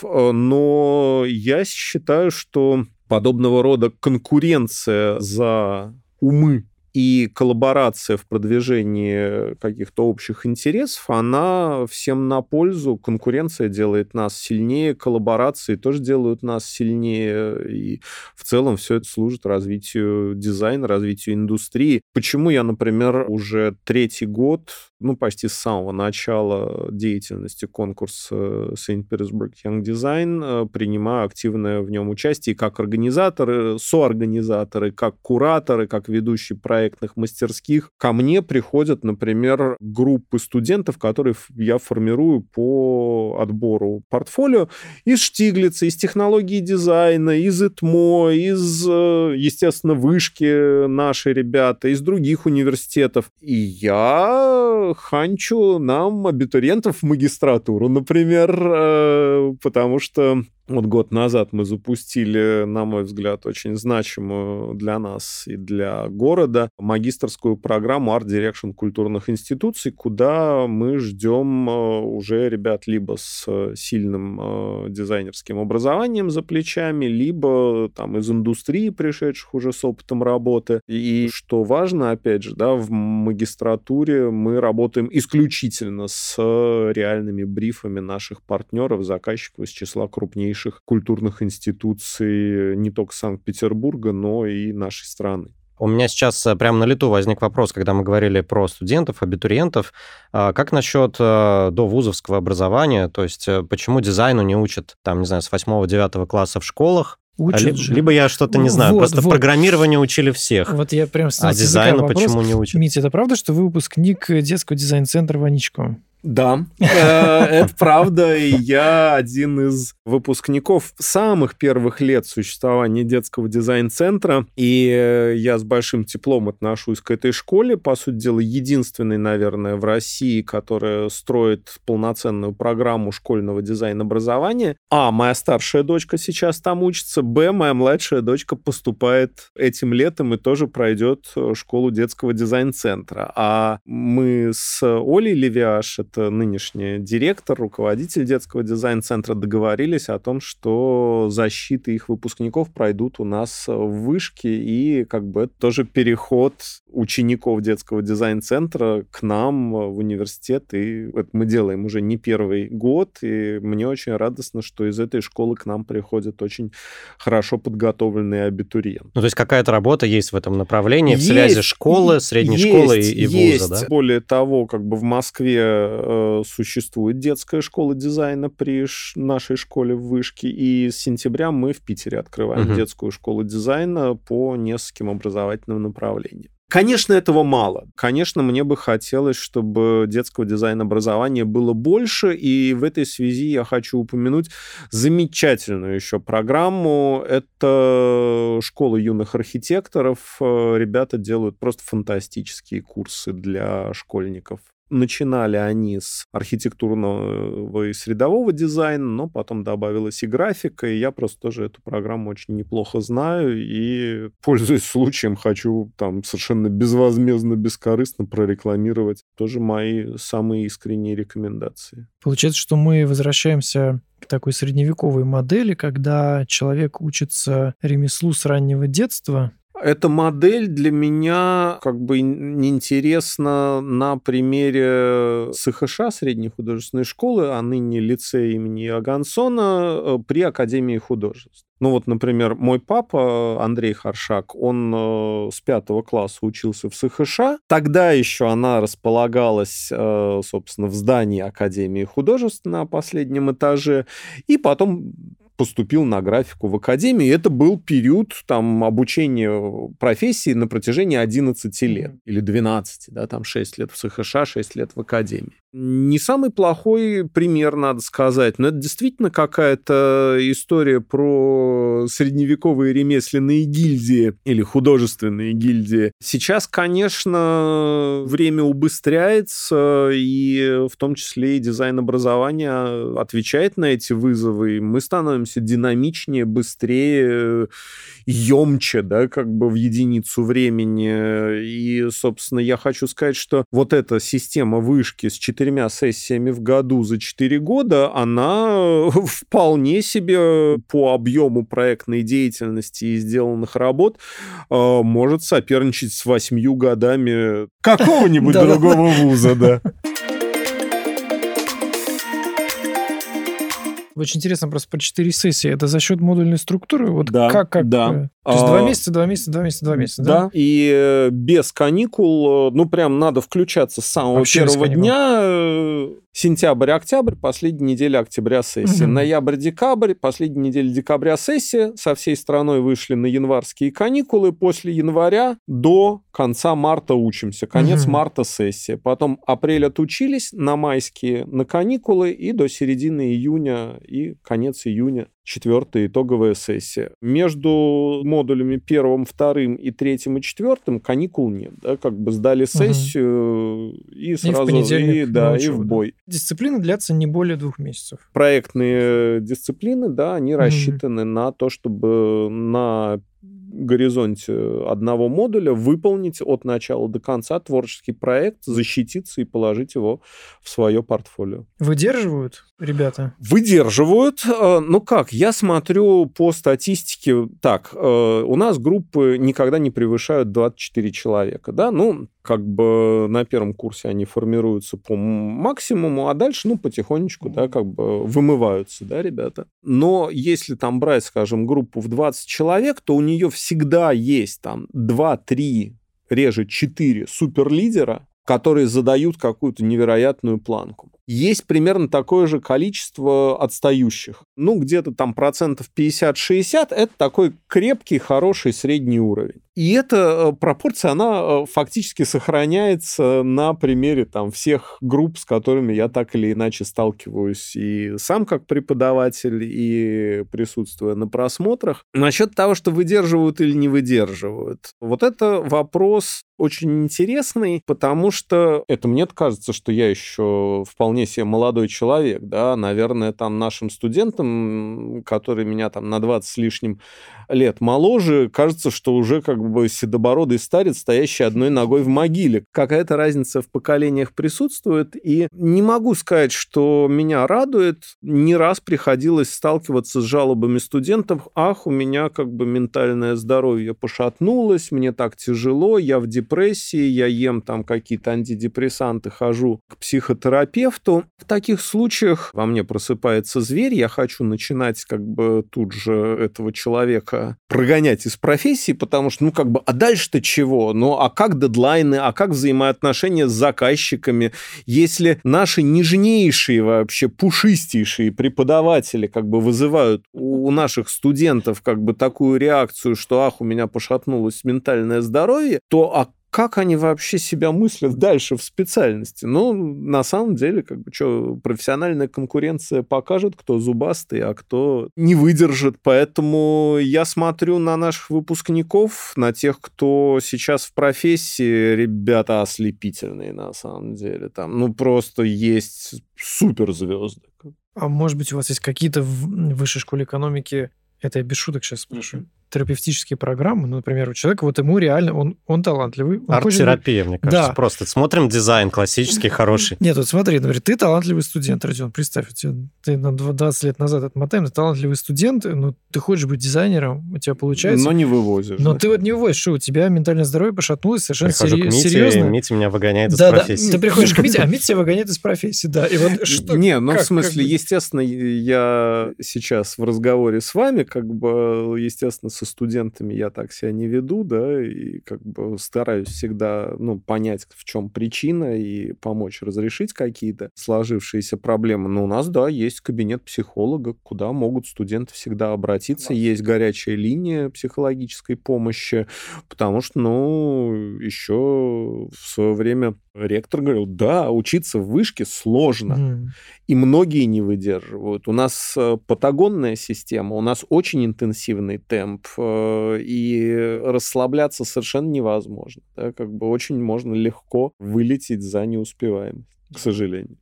Но я считаю, что подобного рода конкуренция за умы и коллаборация в продвижении каких-то общих интересов, она всем на пользу. Конкуренция делает нас сильнее, коллаборации тоже делают нас сильнее. И в целом все это служит развитию дизайна, развитию индустрии. Почему я, например, уже третий год, ну, почти с самого начала деятельности конкурса Saint Petersburg Young Design принимаю активное в нем участие как организаторы, соорганизаторы, как кураторы, как ведущий проект проектных мастерских ко мне приходят, например, группы студентов, которые я формирую по отбору портфолио из Штиглица, из технологии дизайна, из ИТМО, из, естественно, вышки наши ребята, из других университетов. И я ханчу нам абитуриентов в магистратуру, например, потому что вот год назад мы запустили, на мой взгляд, очень значимую для нас и для города магистерскую программу Art Direction культурных институций, куда мы ждем уже ребят либо с сильным дизайнерским образованием за плечами, либо там из индустрии, пришедших уже с опытом работы. И что важно, опять же, да, в магистратуре мы работаем исключительно с реальными брифами наших партнеров, заказчиков из числа крупнейших культурных институций не только Санкт-Петербурга, но и нашей страны. У меня сейчас прямо на лету возник вопрос, когда мы говорили про студентов, абитуриентов. Как насчет довузовского образования? То есть почему дизайну не учат, там, не знаю, с восьмого-девятого класса в школах? Учат а же. Либо я что-то не знаю, вот, просто вот. Программирование учили всех. Вот я прям а дизайну почему не учат? Митя, это правда, что вы выпускник детского дизайн-центра «Ваничкова»? Да, это правда, и я один из выпускников самых первых лет существования детского дизайн-центра, и я с большим теплом отношусь к этой школе, по сути дела, единственной, наверное, в России, которая строит полноценную программу школьного дизайн-образования. А, моя старшая дочка сейчас там учится, Б, моя младшая дочка поступает этим летом и тоже пройдет школу детского дизайн-центра. А мы с Олей Левиаш, это нынешний директор, руководитель детского дизайн-центра, договорились о том, что защиты их выпускников пройдут у нас в вышке, и как бы это тоже переход учеников детского дизайн-центра к нам в университет, и это мы делаем уже не первый год, и мне очень радостно, что из этой школы к нам приходят очень хорошо подготовленные абитуриенты. Ну, то есть какая-то работа есть в этом направлении, есть, в связи школы, средней есть, школы и, и вуза, есть. да? Более того, как бы в Москве э, существует детская школа дизайна при ш- нашей школе в Вышке, и с сентября мы в Питере открываем uh-huh. детскую школу дизайна по нескольким образовательным направлениям. Конечно, этого мало. Конечно, мне бы хотелось, чтобы детского дизайн-образования было больше, и в этой связи я хочу упомянуть замечательную еще программу. Это школа юных архитекторов. Ребята делают просто фантастические курсы для школьников. Начинали они с архитектурного и средового дизайна, но потом добавилась и графика, и я просто тоже эту программу очень неплохо знаю, и, пользуясь случаем, хочу там совершенно безвозмездно, бескорыстно прорекламировать тоже мои самые искренние рекомендации. Получается, что мы возвращаемся к такой средневековой модели, когда человек учится ремеслу с раннего детства. Эта модель для меня как бы неинтересна на примере СХШ, средней художественной школы, а ныне лицея имени Агансона при Академии художеств. Ну вот, например, мой папа Андрей Харшак, он с пятого класса учился в СХШ. Тогда еще она располагалась, собственно, в здании Академии художеств на последнем этаже, и потом поступил на графику в академию. И это был период там, обучения профессии на протяжении одиннадцати лет. Mm-hmm. Или двенадцати, да, там шесть лет в СХШ, шесть лет в академии. Не самый плохой пример, надо сказать, но это действительно какая-то история про средневековые ремесленные гильдии или художественные гильдии. Сейчас, конечно, время убыстряется, и в том числе и дизайн-образование отвечает на эти вызовы. Мы становимся динамичнее, быстрее, емче, да, как бы в единицу времени. И, собственно, я хочу сказать, что вот эта система вышки с четырьмя сессиями в году за четыре года, она вполне себе по объему проектной деятельности и сделанных работ э, может соперничать с восьмью годами какого-нибудь другого вуза, да. Очень интересно просто про четыре сессии. Это за счет модульной структуры? Вот да, как, как? да. То есть два месяца, два месяца, два месяца, два месяца, да? Да, и без каникул, ну, прям надо включаться с самого Вообще первого дня. Сентябрь-октябрь, последняя неделя октября сессия. Угу. Ноябрь-декабрь, последняя неделя декабря сессия. Со всей страной вышли на январские каникулы. После января до конца марта учимся. Конец угу. марта сессия. Потом апрель отучились, на майские на каникулы и до середины июня и конец июня. Четвертая итоговая сессия. Между модулями первым, вторым и третьим и четвертым каникул нет. Да? Как бы сдали сессию угу. и сразу и, в и, да, и в бой. Дисциплины длятся не более двух месяцев. Проектные дисциплины, да, они угу. рассчитаны на то, чтобы на горизонте одного модуля выполнить от начала до конца творческий проект, защититься и положить его в свое портфолио. Выдерживают ребята? Выдерживают. Ну как, я смотрю по статистике, так, у нас группы никогда не превышают двадцать четыре человека, да, ну, как бы на первом курсе они формируются по максимуму, а дальше, ну, потихонечку, да, как бы вымываются, да, ребята. Но если там брать, скажем, группу в двадцать человек, то у нее всегда есть там два-три, реже четыре суперлидера, которые задают какую-то невероятную планку. Есть примерно такое же количество отстающих. Ну, где-то там процентов пятьдесят-шестьдесят – это такой крепкий, хороший средний уровень. И эта пропорция, она фактически сохраняется на примере там всех групп, с которыми я так или иначе сталкиваюсь и сам как преподаватель, и присутствуя на просмотрах. Насчет того, что выдерживают или не выдерживают. Вот это вопрос очень интересный, потому что это мне кажется, что я еще вполне себе молодой человек, да, наверное, там нашим студентам, которые меня там на двадцать с лишним лет моложе, кажется, что уже как бы седобородый старец, стоящий одной ногой в могиле. Какая-то разница в поколениях присутствует, и не могу сказать, что меня радует. Не раз приходилось сталкиваться с жалобами студентов: ах, у меня как бы ментальное здоровье пошатнулось, мне так тяжело, я в депрессии, я ем там какие-то антидепрессанты, хожу к психотерапевту. В таких случаях во мне просыпается зверь, я хочу начинать как бы тут же этого человека прогонять из профессии, потому что, ну, как бы, а дальше-то чего? Ну, а как дедлайны, а как взаимоотношения с заказчиками? Если наши нежнейшие вообще, пушистейшие преподаватели как бы вызывают у наших студентов как бы такую реакцию, что, ах, у меня пошатнулось ментальное здоровье, то а как они вообще себя мыслят дальше в специальности? Ну, на самом деле, как бы, что, профессиональная конкуренция покажет, кто зубастый, а кто не выдержит. Поэтому я смотрю на наших выпускников, на тех, кто сейчас в профессии, ребята ослепительные на самом деле. Там, ну, просто есть суперзвезды. А может быть, у вас есть какие-то в высшей школе экономики, это я без шуток сейчас спрашиваю, mm-hmm. терапевтические программы, ну, например, у человека, вот ему реально, он, он талантливый. Он арт-терапия, хочет... мне кажется, да. просто смотрим дизайн классический, хороший. Нет, вот смотри, например, ты талантливый студент, Родион, представь, ты на двадцать лет назад отмотаем, ты талантливый студент, но ты хочешь быть дизайнером, у тебя получается. Но не вывозишь. Но да? ты вот не вывозишь, что у тебя ментальное здоровье пошатнулось совершенно Прихожу сери... к Мите, серьезно. И Митя меня выгоняет из да, профессии. Да, ты приходишь к Мите, а Митя тебя выгоняет из профессии, да. И вот что... Не, ну, как, в смысле, как... естественно, я сейчас в разговоре с вами, как бы, естественно, со студентами я так себя не веду, да, и как бы стараюсь всегда, ну, понять, в чем причина, и помочь разрешить какие-то сложившиеся проблемы. Но у нас, да, есть кабинет психолога, куда могут студенты всегда обратиться, есть горячая линия психологической помощи, потому что, ну, еще в свое время ректор говорил, да, учиться в вышке сложно, mm. и многие не выдерживают. У нас патагонная система, у нас очень интенсивный темп, и расслабляться совершенно невозможно. Да? Как бы очень можно легко вылететь за неуспеваемость, к сожалению.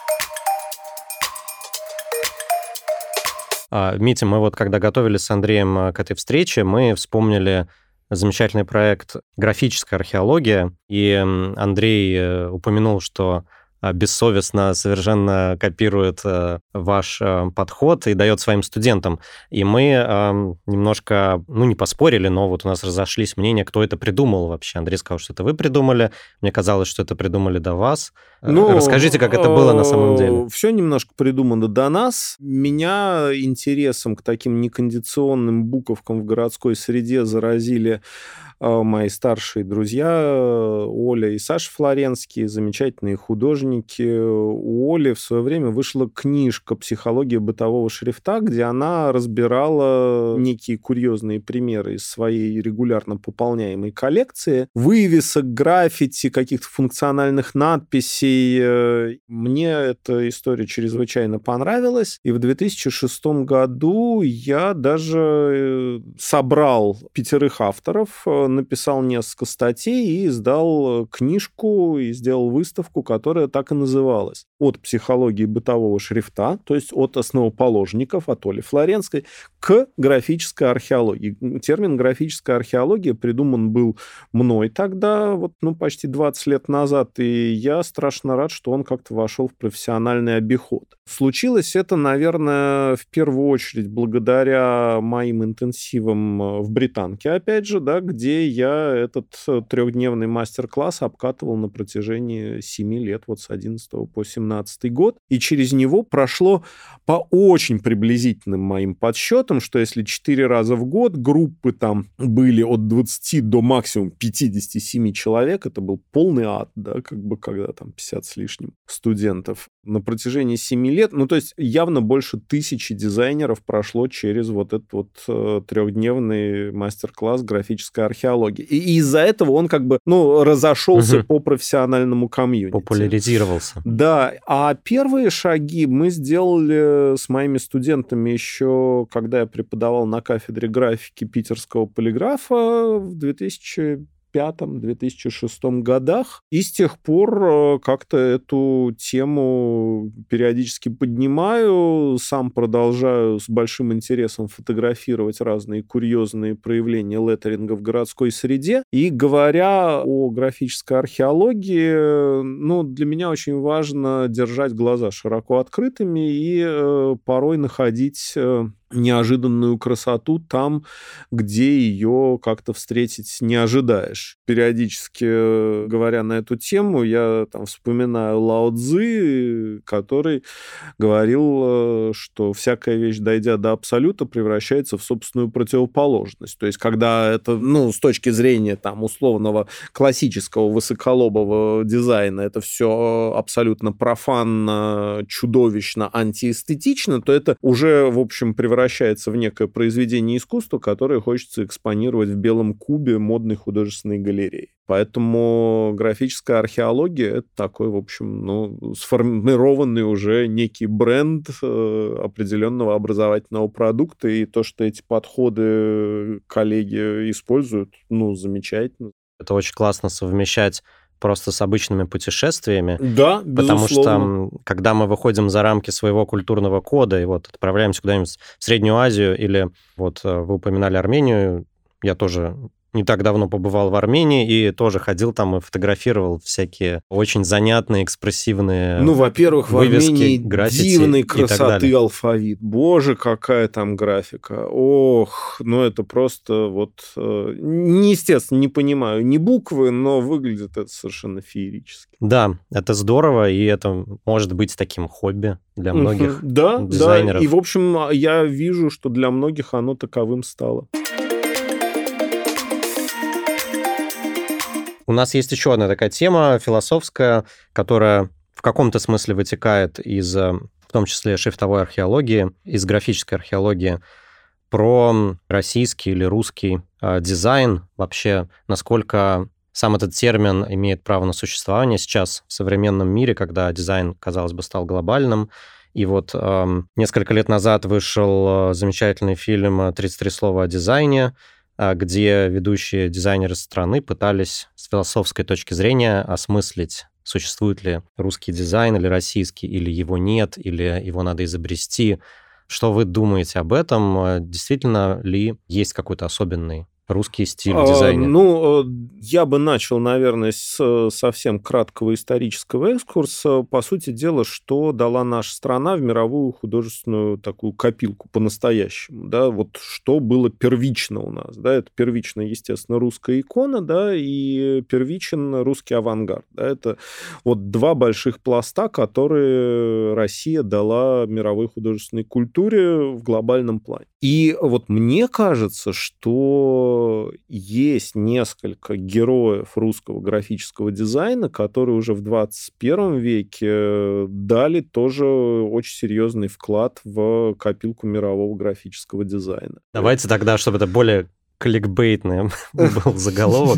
А, Митя, мы вот когда готовились с Андреем к этой встрече, мы вспомнили замечательный проект «Графическая археология», и Андрей упомянул, что бессовестно совершенно копирует э, ваш э, подход и дает своим студентам. И мы э, немножко, ну, не поспорили, но вот у нас разошлись мнения, кто это придумал вообще. Андрей сказал, что это вы придумали. Мне казалось, что это придумали до вас. Ну, расскажите, как это было на самом деле. Все немножко придумано до нас. Меня интересом к таким некондиционным буковкам в городской среде заразили мои старшие друзья Оля и Саша Флоренские, замечательные художники. У Оли в свое время вышла книжка «Психология бытового шрифта», где она разбирала некие курьезные примеры из своей регулярно пополняемой коллекции. Вывесок, граффити, каких-то функциональных надписей. Мне эта история чрезвычайно понравилась. И в две тысячи шестом году я даже собрал пятерых авторов, написал несколько статей и издал книжку, и сделал выставку, которая так и называлась «От психологии бытового шрифта», то есть от основоположников, от Оли Флоренской, к графической археологии. Термин «графическая археология» придуман был мной тогда, вот, ну, почти двадцать лет назад, и я страшно рад, что он как-то вошел в профессиональный обиход. Случилось это, наверное, в первую очередь благодаря моим интенсивам в Британке, опять же, да, где я этот трехдневный мастер-класс обкатывал на протяжении семи лет, вот с одиннадцатого по семнадцатый год, и через него прошло по очень приблизительным моим подсчетам, что если четыре раза в год группы там были от двадцати до максимум пятидесяти семи человек, это был полный ад, да, как бы когда там пятьдесят с лишним студентов. На протяжении семи лет, ну, то есть явно больше тысячи дизайнеров прошло через вот этот вот э, трехдневный мастер-класс графической археологии. И, и из-за этого он как бы, ну, разошелся угу. по профессиональному комьюнити. Популяризировался. Да, а первые шаги мы сделали с моими студентами еще, когда я преподавал на кафедре графики Питерского полиграфа в две тысячи пятом — две тысячи шестом годах. И с тех пор как-то эту тему периодически поднимаю, сам продолжаю с большим интересом фотографировать разные курьезные проявления леттеринга в городской среде. И говоря о графической археологии, ну, для меня очень важно держать глаза широко открытыми и э, порой находить э, неожиданную красоту там, где ее как-то встретить не ожидаешь. Периодически, говоря на эту тему, я там вспоминаю Лао Цзы, который говорил, что всякая вещь, дойдя до абсолюта, превращается в собственную противоположность. То есть, когда это, ну, с точки зрения там условного классического высоколобого дизайна, это все абсолютно профанно, чудовищно, антиэстетично, то это уже, в общем, превращается превращается в некое произведение искусства, которое хочется экспонировать в белом кубе модной художественной галереи. Поэтому графическая археология — это такой, в общем, ну, сформированный уже некий бренд э, определенного образовательного продукта, и то, что эти подходы коллеги используют, ну, замечательно. Это очень классно совмещать просто с обычными путешествиями. Да, безусловно. Потому что, когда мы выходим за рамки своего культурного кода и вот отправляемся куда-нибудь в Среднюю Азию или вот вы упоминали Армению, я тоже не так давно побывал в Армении и тоже ходил там и фотографировал всякие очень занятные, экспрессивные Ну, во-первых, вывески, в Армении граффити дивной красоты алфавит. Боже, какая там графика. Ох, ну это просто вот... Э, естественно, не понимаю ни буквы, но выглядит это совершенно феерически. Да, это здорово, и это может быть таким хобби для многих да, дизайнеров. Да, и, в общем, я вижу, что для многих оно таковым стало. У нас есть еще одна такая тема философская, которая в каком-то смысле вытекает из, в том числе, шрифтовой археологии, из графической археологии, про российский или русский э, дизайн, вообще, насколько сам этот термин имеет право на существование сейчас в современном мире, когда дизайн, казалось бы, стал глобальным. И вот э, несколько лет назад вышел замечательный фильм «тридцать три слова о дизайне», где ведущие дизайнеры страны пытались с философской точки зрения осмыслить, существует ли русский дизайн или российский, или его нет, или его надо изобрести. Что вы думаете об этом? Действительно ли есть какой-то особенный русский стиль в дизайне? А, ну, я бы начал, наверное, с совсем краткого исторического экскурса. По сути дела, что дала наша страна в мировую художественную такую копилку по-настоящему, да, вот что было первично у нас, да, это первично, естественно, русская икона, да, и первичен русский авангард, да, это вот два больших пласта, которые Россия дала мировой художественной культуре в глобальном плане. И вот мне кажется, что есть несколько героев русского графического дизайна, которые уже в двадцать первом веке дали тоже очень серьезный вклад в копилку мирового графического дизайна. Давайте тогда, чтобы это более кликбейтный был заголовок,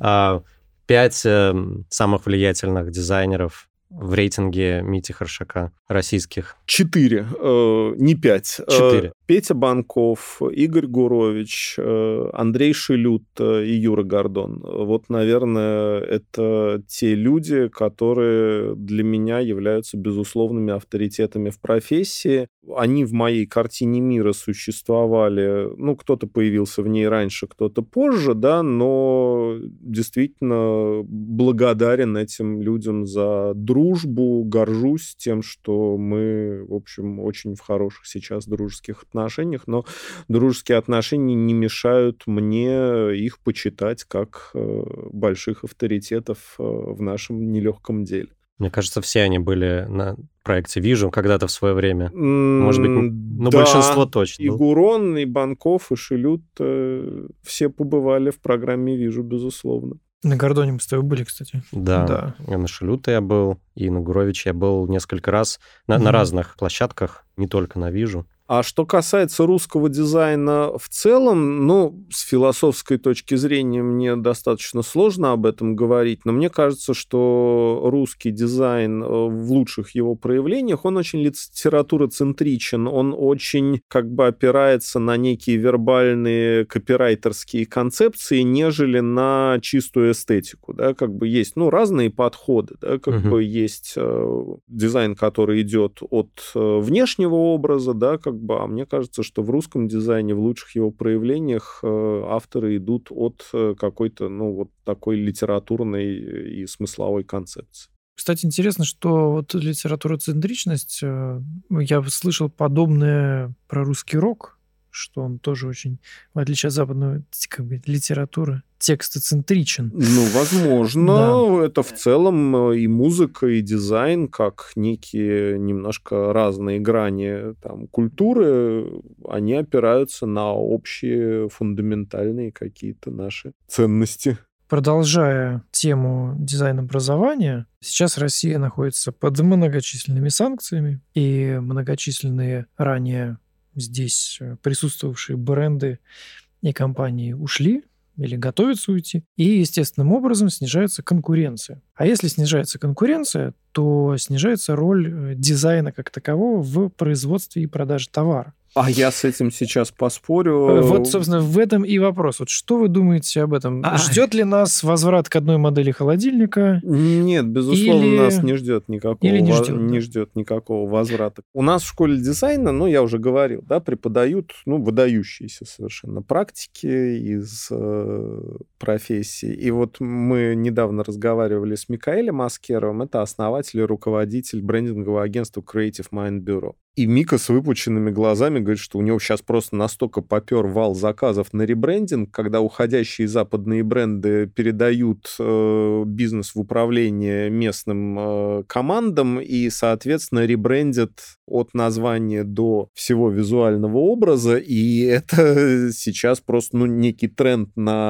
пять самых влиятельных дизайнеров в рейтинге Мити Харшака российских. Четыре, э, не пять. Четыре. Петя Банков, Игорь Гурович, э, Андрей Шилют и Юра Гордон. Вот, наверное, это те люди, которые для меня являются безусловными авторитетами в профессии. Они в моей картине мира существовали, ну, кто-то появился в ней раньше, кто-то позже, да, но действительно благодарен этим людям за дружбу, горжусь тем, что мы, в общем, очень в хороших сейчас дружеских отношениях, но дружеские отношения не мешают мне их почитать как больших авторитетов в нашем нелегком деле. Мне кажется, все они были на проекте «Вижу» когда-то в свое время. Может быть, ну, да, большинство точно. И Гурон, и Банков, и Шилют э, все побывали в программе «Вижу», безусловно. На Гордоне мы с тобой были, кстати. Да, да. На Шилюта я был, и на Гуровиче я был несколько раз на, mm-hmm. на разных площадках, не только на «Вижу». А что касается русского дизайна в целом, ну, с философской точки зрения мне достаточно сложно об этом говорить, но мне кажется, что русский дизайн в лучших его проявлениях, он очень литературоцентричен, он очень как бы опирается на некие вербальные копирайтерские концепции, нежели на чистую эстетику, да, как бы есть, ну, разные подходы, да, как uh-huh. бы есть э, дизайн, который идет от э, внешнего образа, да, как бы, а мне кажется, что в русском дизайне, в лучших его проявлениях э, авторы идут от э, какой-то, ну, вот такой литературной и смысловой концепции. Кстати, интересно, что вот литературоцентричность, э, я слышал подобное про русский рок, что он тоже очень, в отличие от западной как бы, литературы, текстоцентричен. Ну, возможно. Да. Это в целом и музыка, и дизайн, как некие немножко разные грани там, культуры, они опираются на общие фундаментальные какие-то наши ценности. Продолжая тему дизайн-образования, сейчас Россия находится под многочисленными санкциями, и многочисленные ранее здесь присутствовавшие бренды и компании ушли или готовятся уйти, и естественным образом снижается конкуренция. А если снижается конкуренция, то снижается роль дизайна как такового в производстве и продаже товара. А я с этим сейчас поспорю. Вот, собственно, в этом и вопрос. Вот что вы думаете об этом? А... Ждет ли нас возврат к одной модели холодильника? Нет, безусловно, или... нас не ждет никакого, или не ждет, воз... не да. ждет никакого возврата. У нас в школе дизайна, ну, я уже говорил, да, преподают, ну, выдающиеся совершенно практики из э, профессии. И вот мы недавно разговаривали с Микаэлем Аскеровым, это основатель и руководитель брендингового агентства Creative Mind Bureau. И Мика с выпученными глазами говорит, что у него сейчас просто настолько попер вал заказов на ребрендинг, когда уходящие западные бренды передают э, бизнес в управление местным э, командам и, соответственно, ребрендят от названия до всего визуального образа. И это сейчас просто ну, некий тренд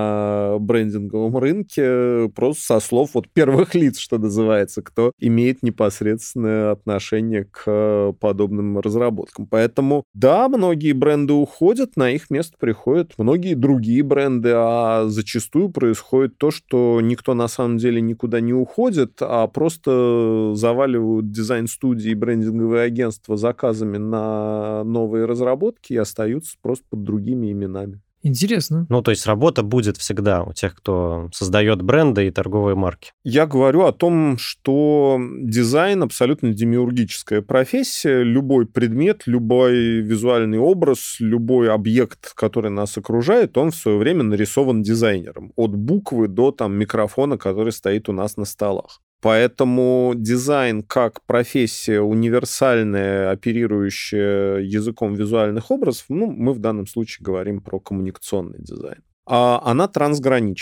на брендинговом рынке, просто со слов вот первых лиц, что называется, кто имеет непосредственное отношение к подобным разработкам. Поэтому, да, многие бренды уходят, на их место приходят многие другие бренды, а зачастую происходит то, что никто на самом деле никуда не уходит, а просто заваливают дизайн-студии и брендинговые агентства заказами на новые разработки и остаются просто под другими именами. Интересно. Ну, то есть работа будет всегда у тех, кто создает бренды и торговые марки. Я говорю о том, что дизайн абсолютно демиургическая профессия. Любой предмет, любой визуальный образ, любой объект, который нас окружает, он в свое время нарисован дизайнером. От буквы до там, микрофона, который стоит у нас на столах. Поэтому дизайн как профессия универсальная, оперирующая языком визуальных образов, ну, мы в данном случае говорим про коммуникационный дизайн. А она трансгранична,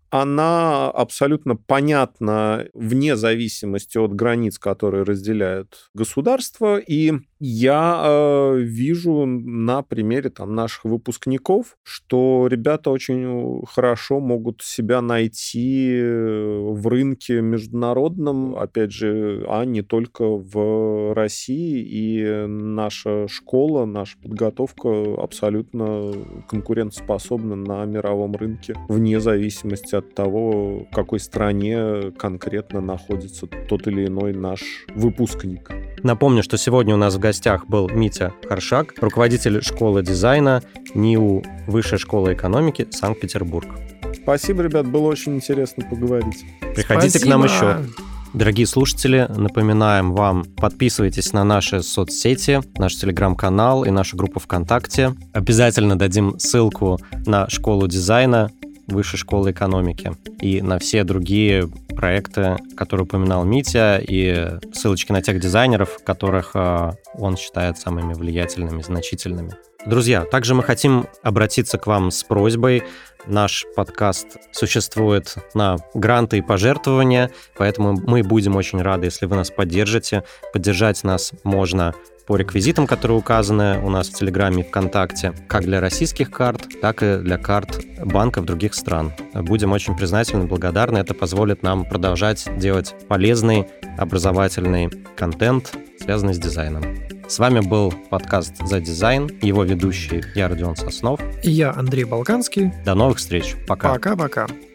она абсолютно понятна вне зависимости от границ, которые разделяют государство. И я э, вижу на примере там, наших выпускников, что ребята очень хорошо могут себя найти в рынке международном, опять же, а не только в России. И наша школа, наша подготовка абсолютно конкурентоспособна на мировом рынке, вне зависимости от того, в какой стране конкретно находится тот или иной наш выпускник. Напомню, что сегодня у нас в гостях был Митя Харшак, руководитель школы дизайна НИУ Высшей школы экономики Санкт-Петербург. Спасибо, ребят, было очень интересно поговорить. Приходите Спасибо. к нам еще. Дорогие слушатели, напоминаем вам, подписывайтесь на наши соцсети, наш телеграм-канал и нашу группу ВКонтакте. Обязательно дадим ссылку на школу дизайна Высшей школы экономики и на все другие проекты, которые упоминал Митя, и ссылочки на тех дизайнеров, которых э, он считает самыми влиятельными, значительными. Друзья, также мы хотим обратиться к вам с просьбой. Наш подкаст существует на гранты и пожертвования, поэтому мы будем очень рады, если вы нас поддержите. Поддержать нас можно по реквизитам, которые указаны у нас в Телеграме и ВКонтакте, как для российских карт, так и для карт банков других стран. Будем очень признательны, благодарны. Это позволит нам продолжать делать полезный, образовательный контент, связанный с дизайном. С вами был подкаст «За дизайн», его ведущий я, Родион Соснов. И я, Андрей Балканский. До новых встреч. Пока. Пока-пока.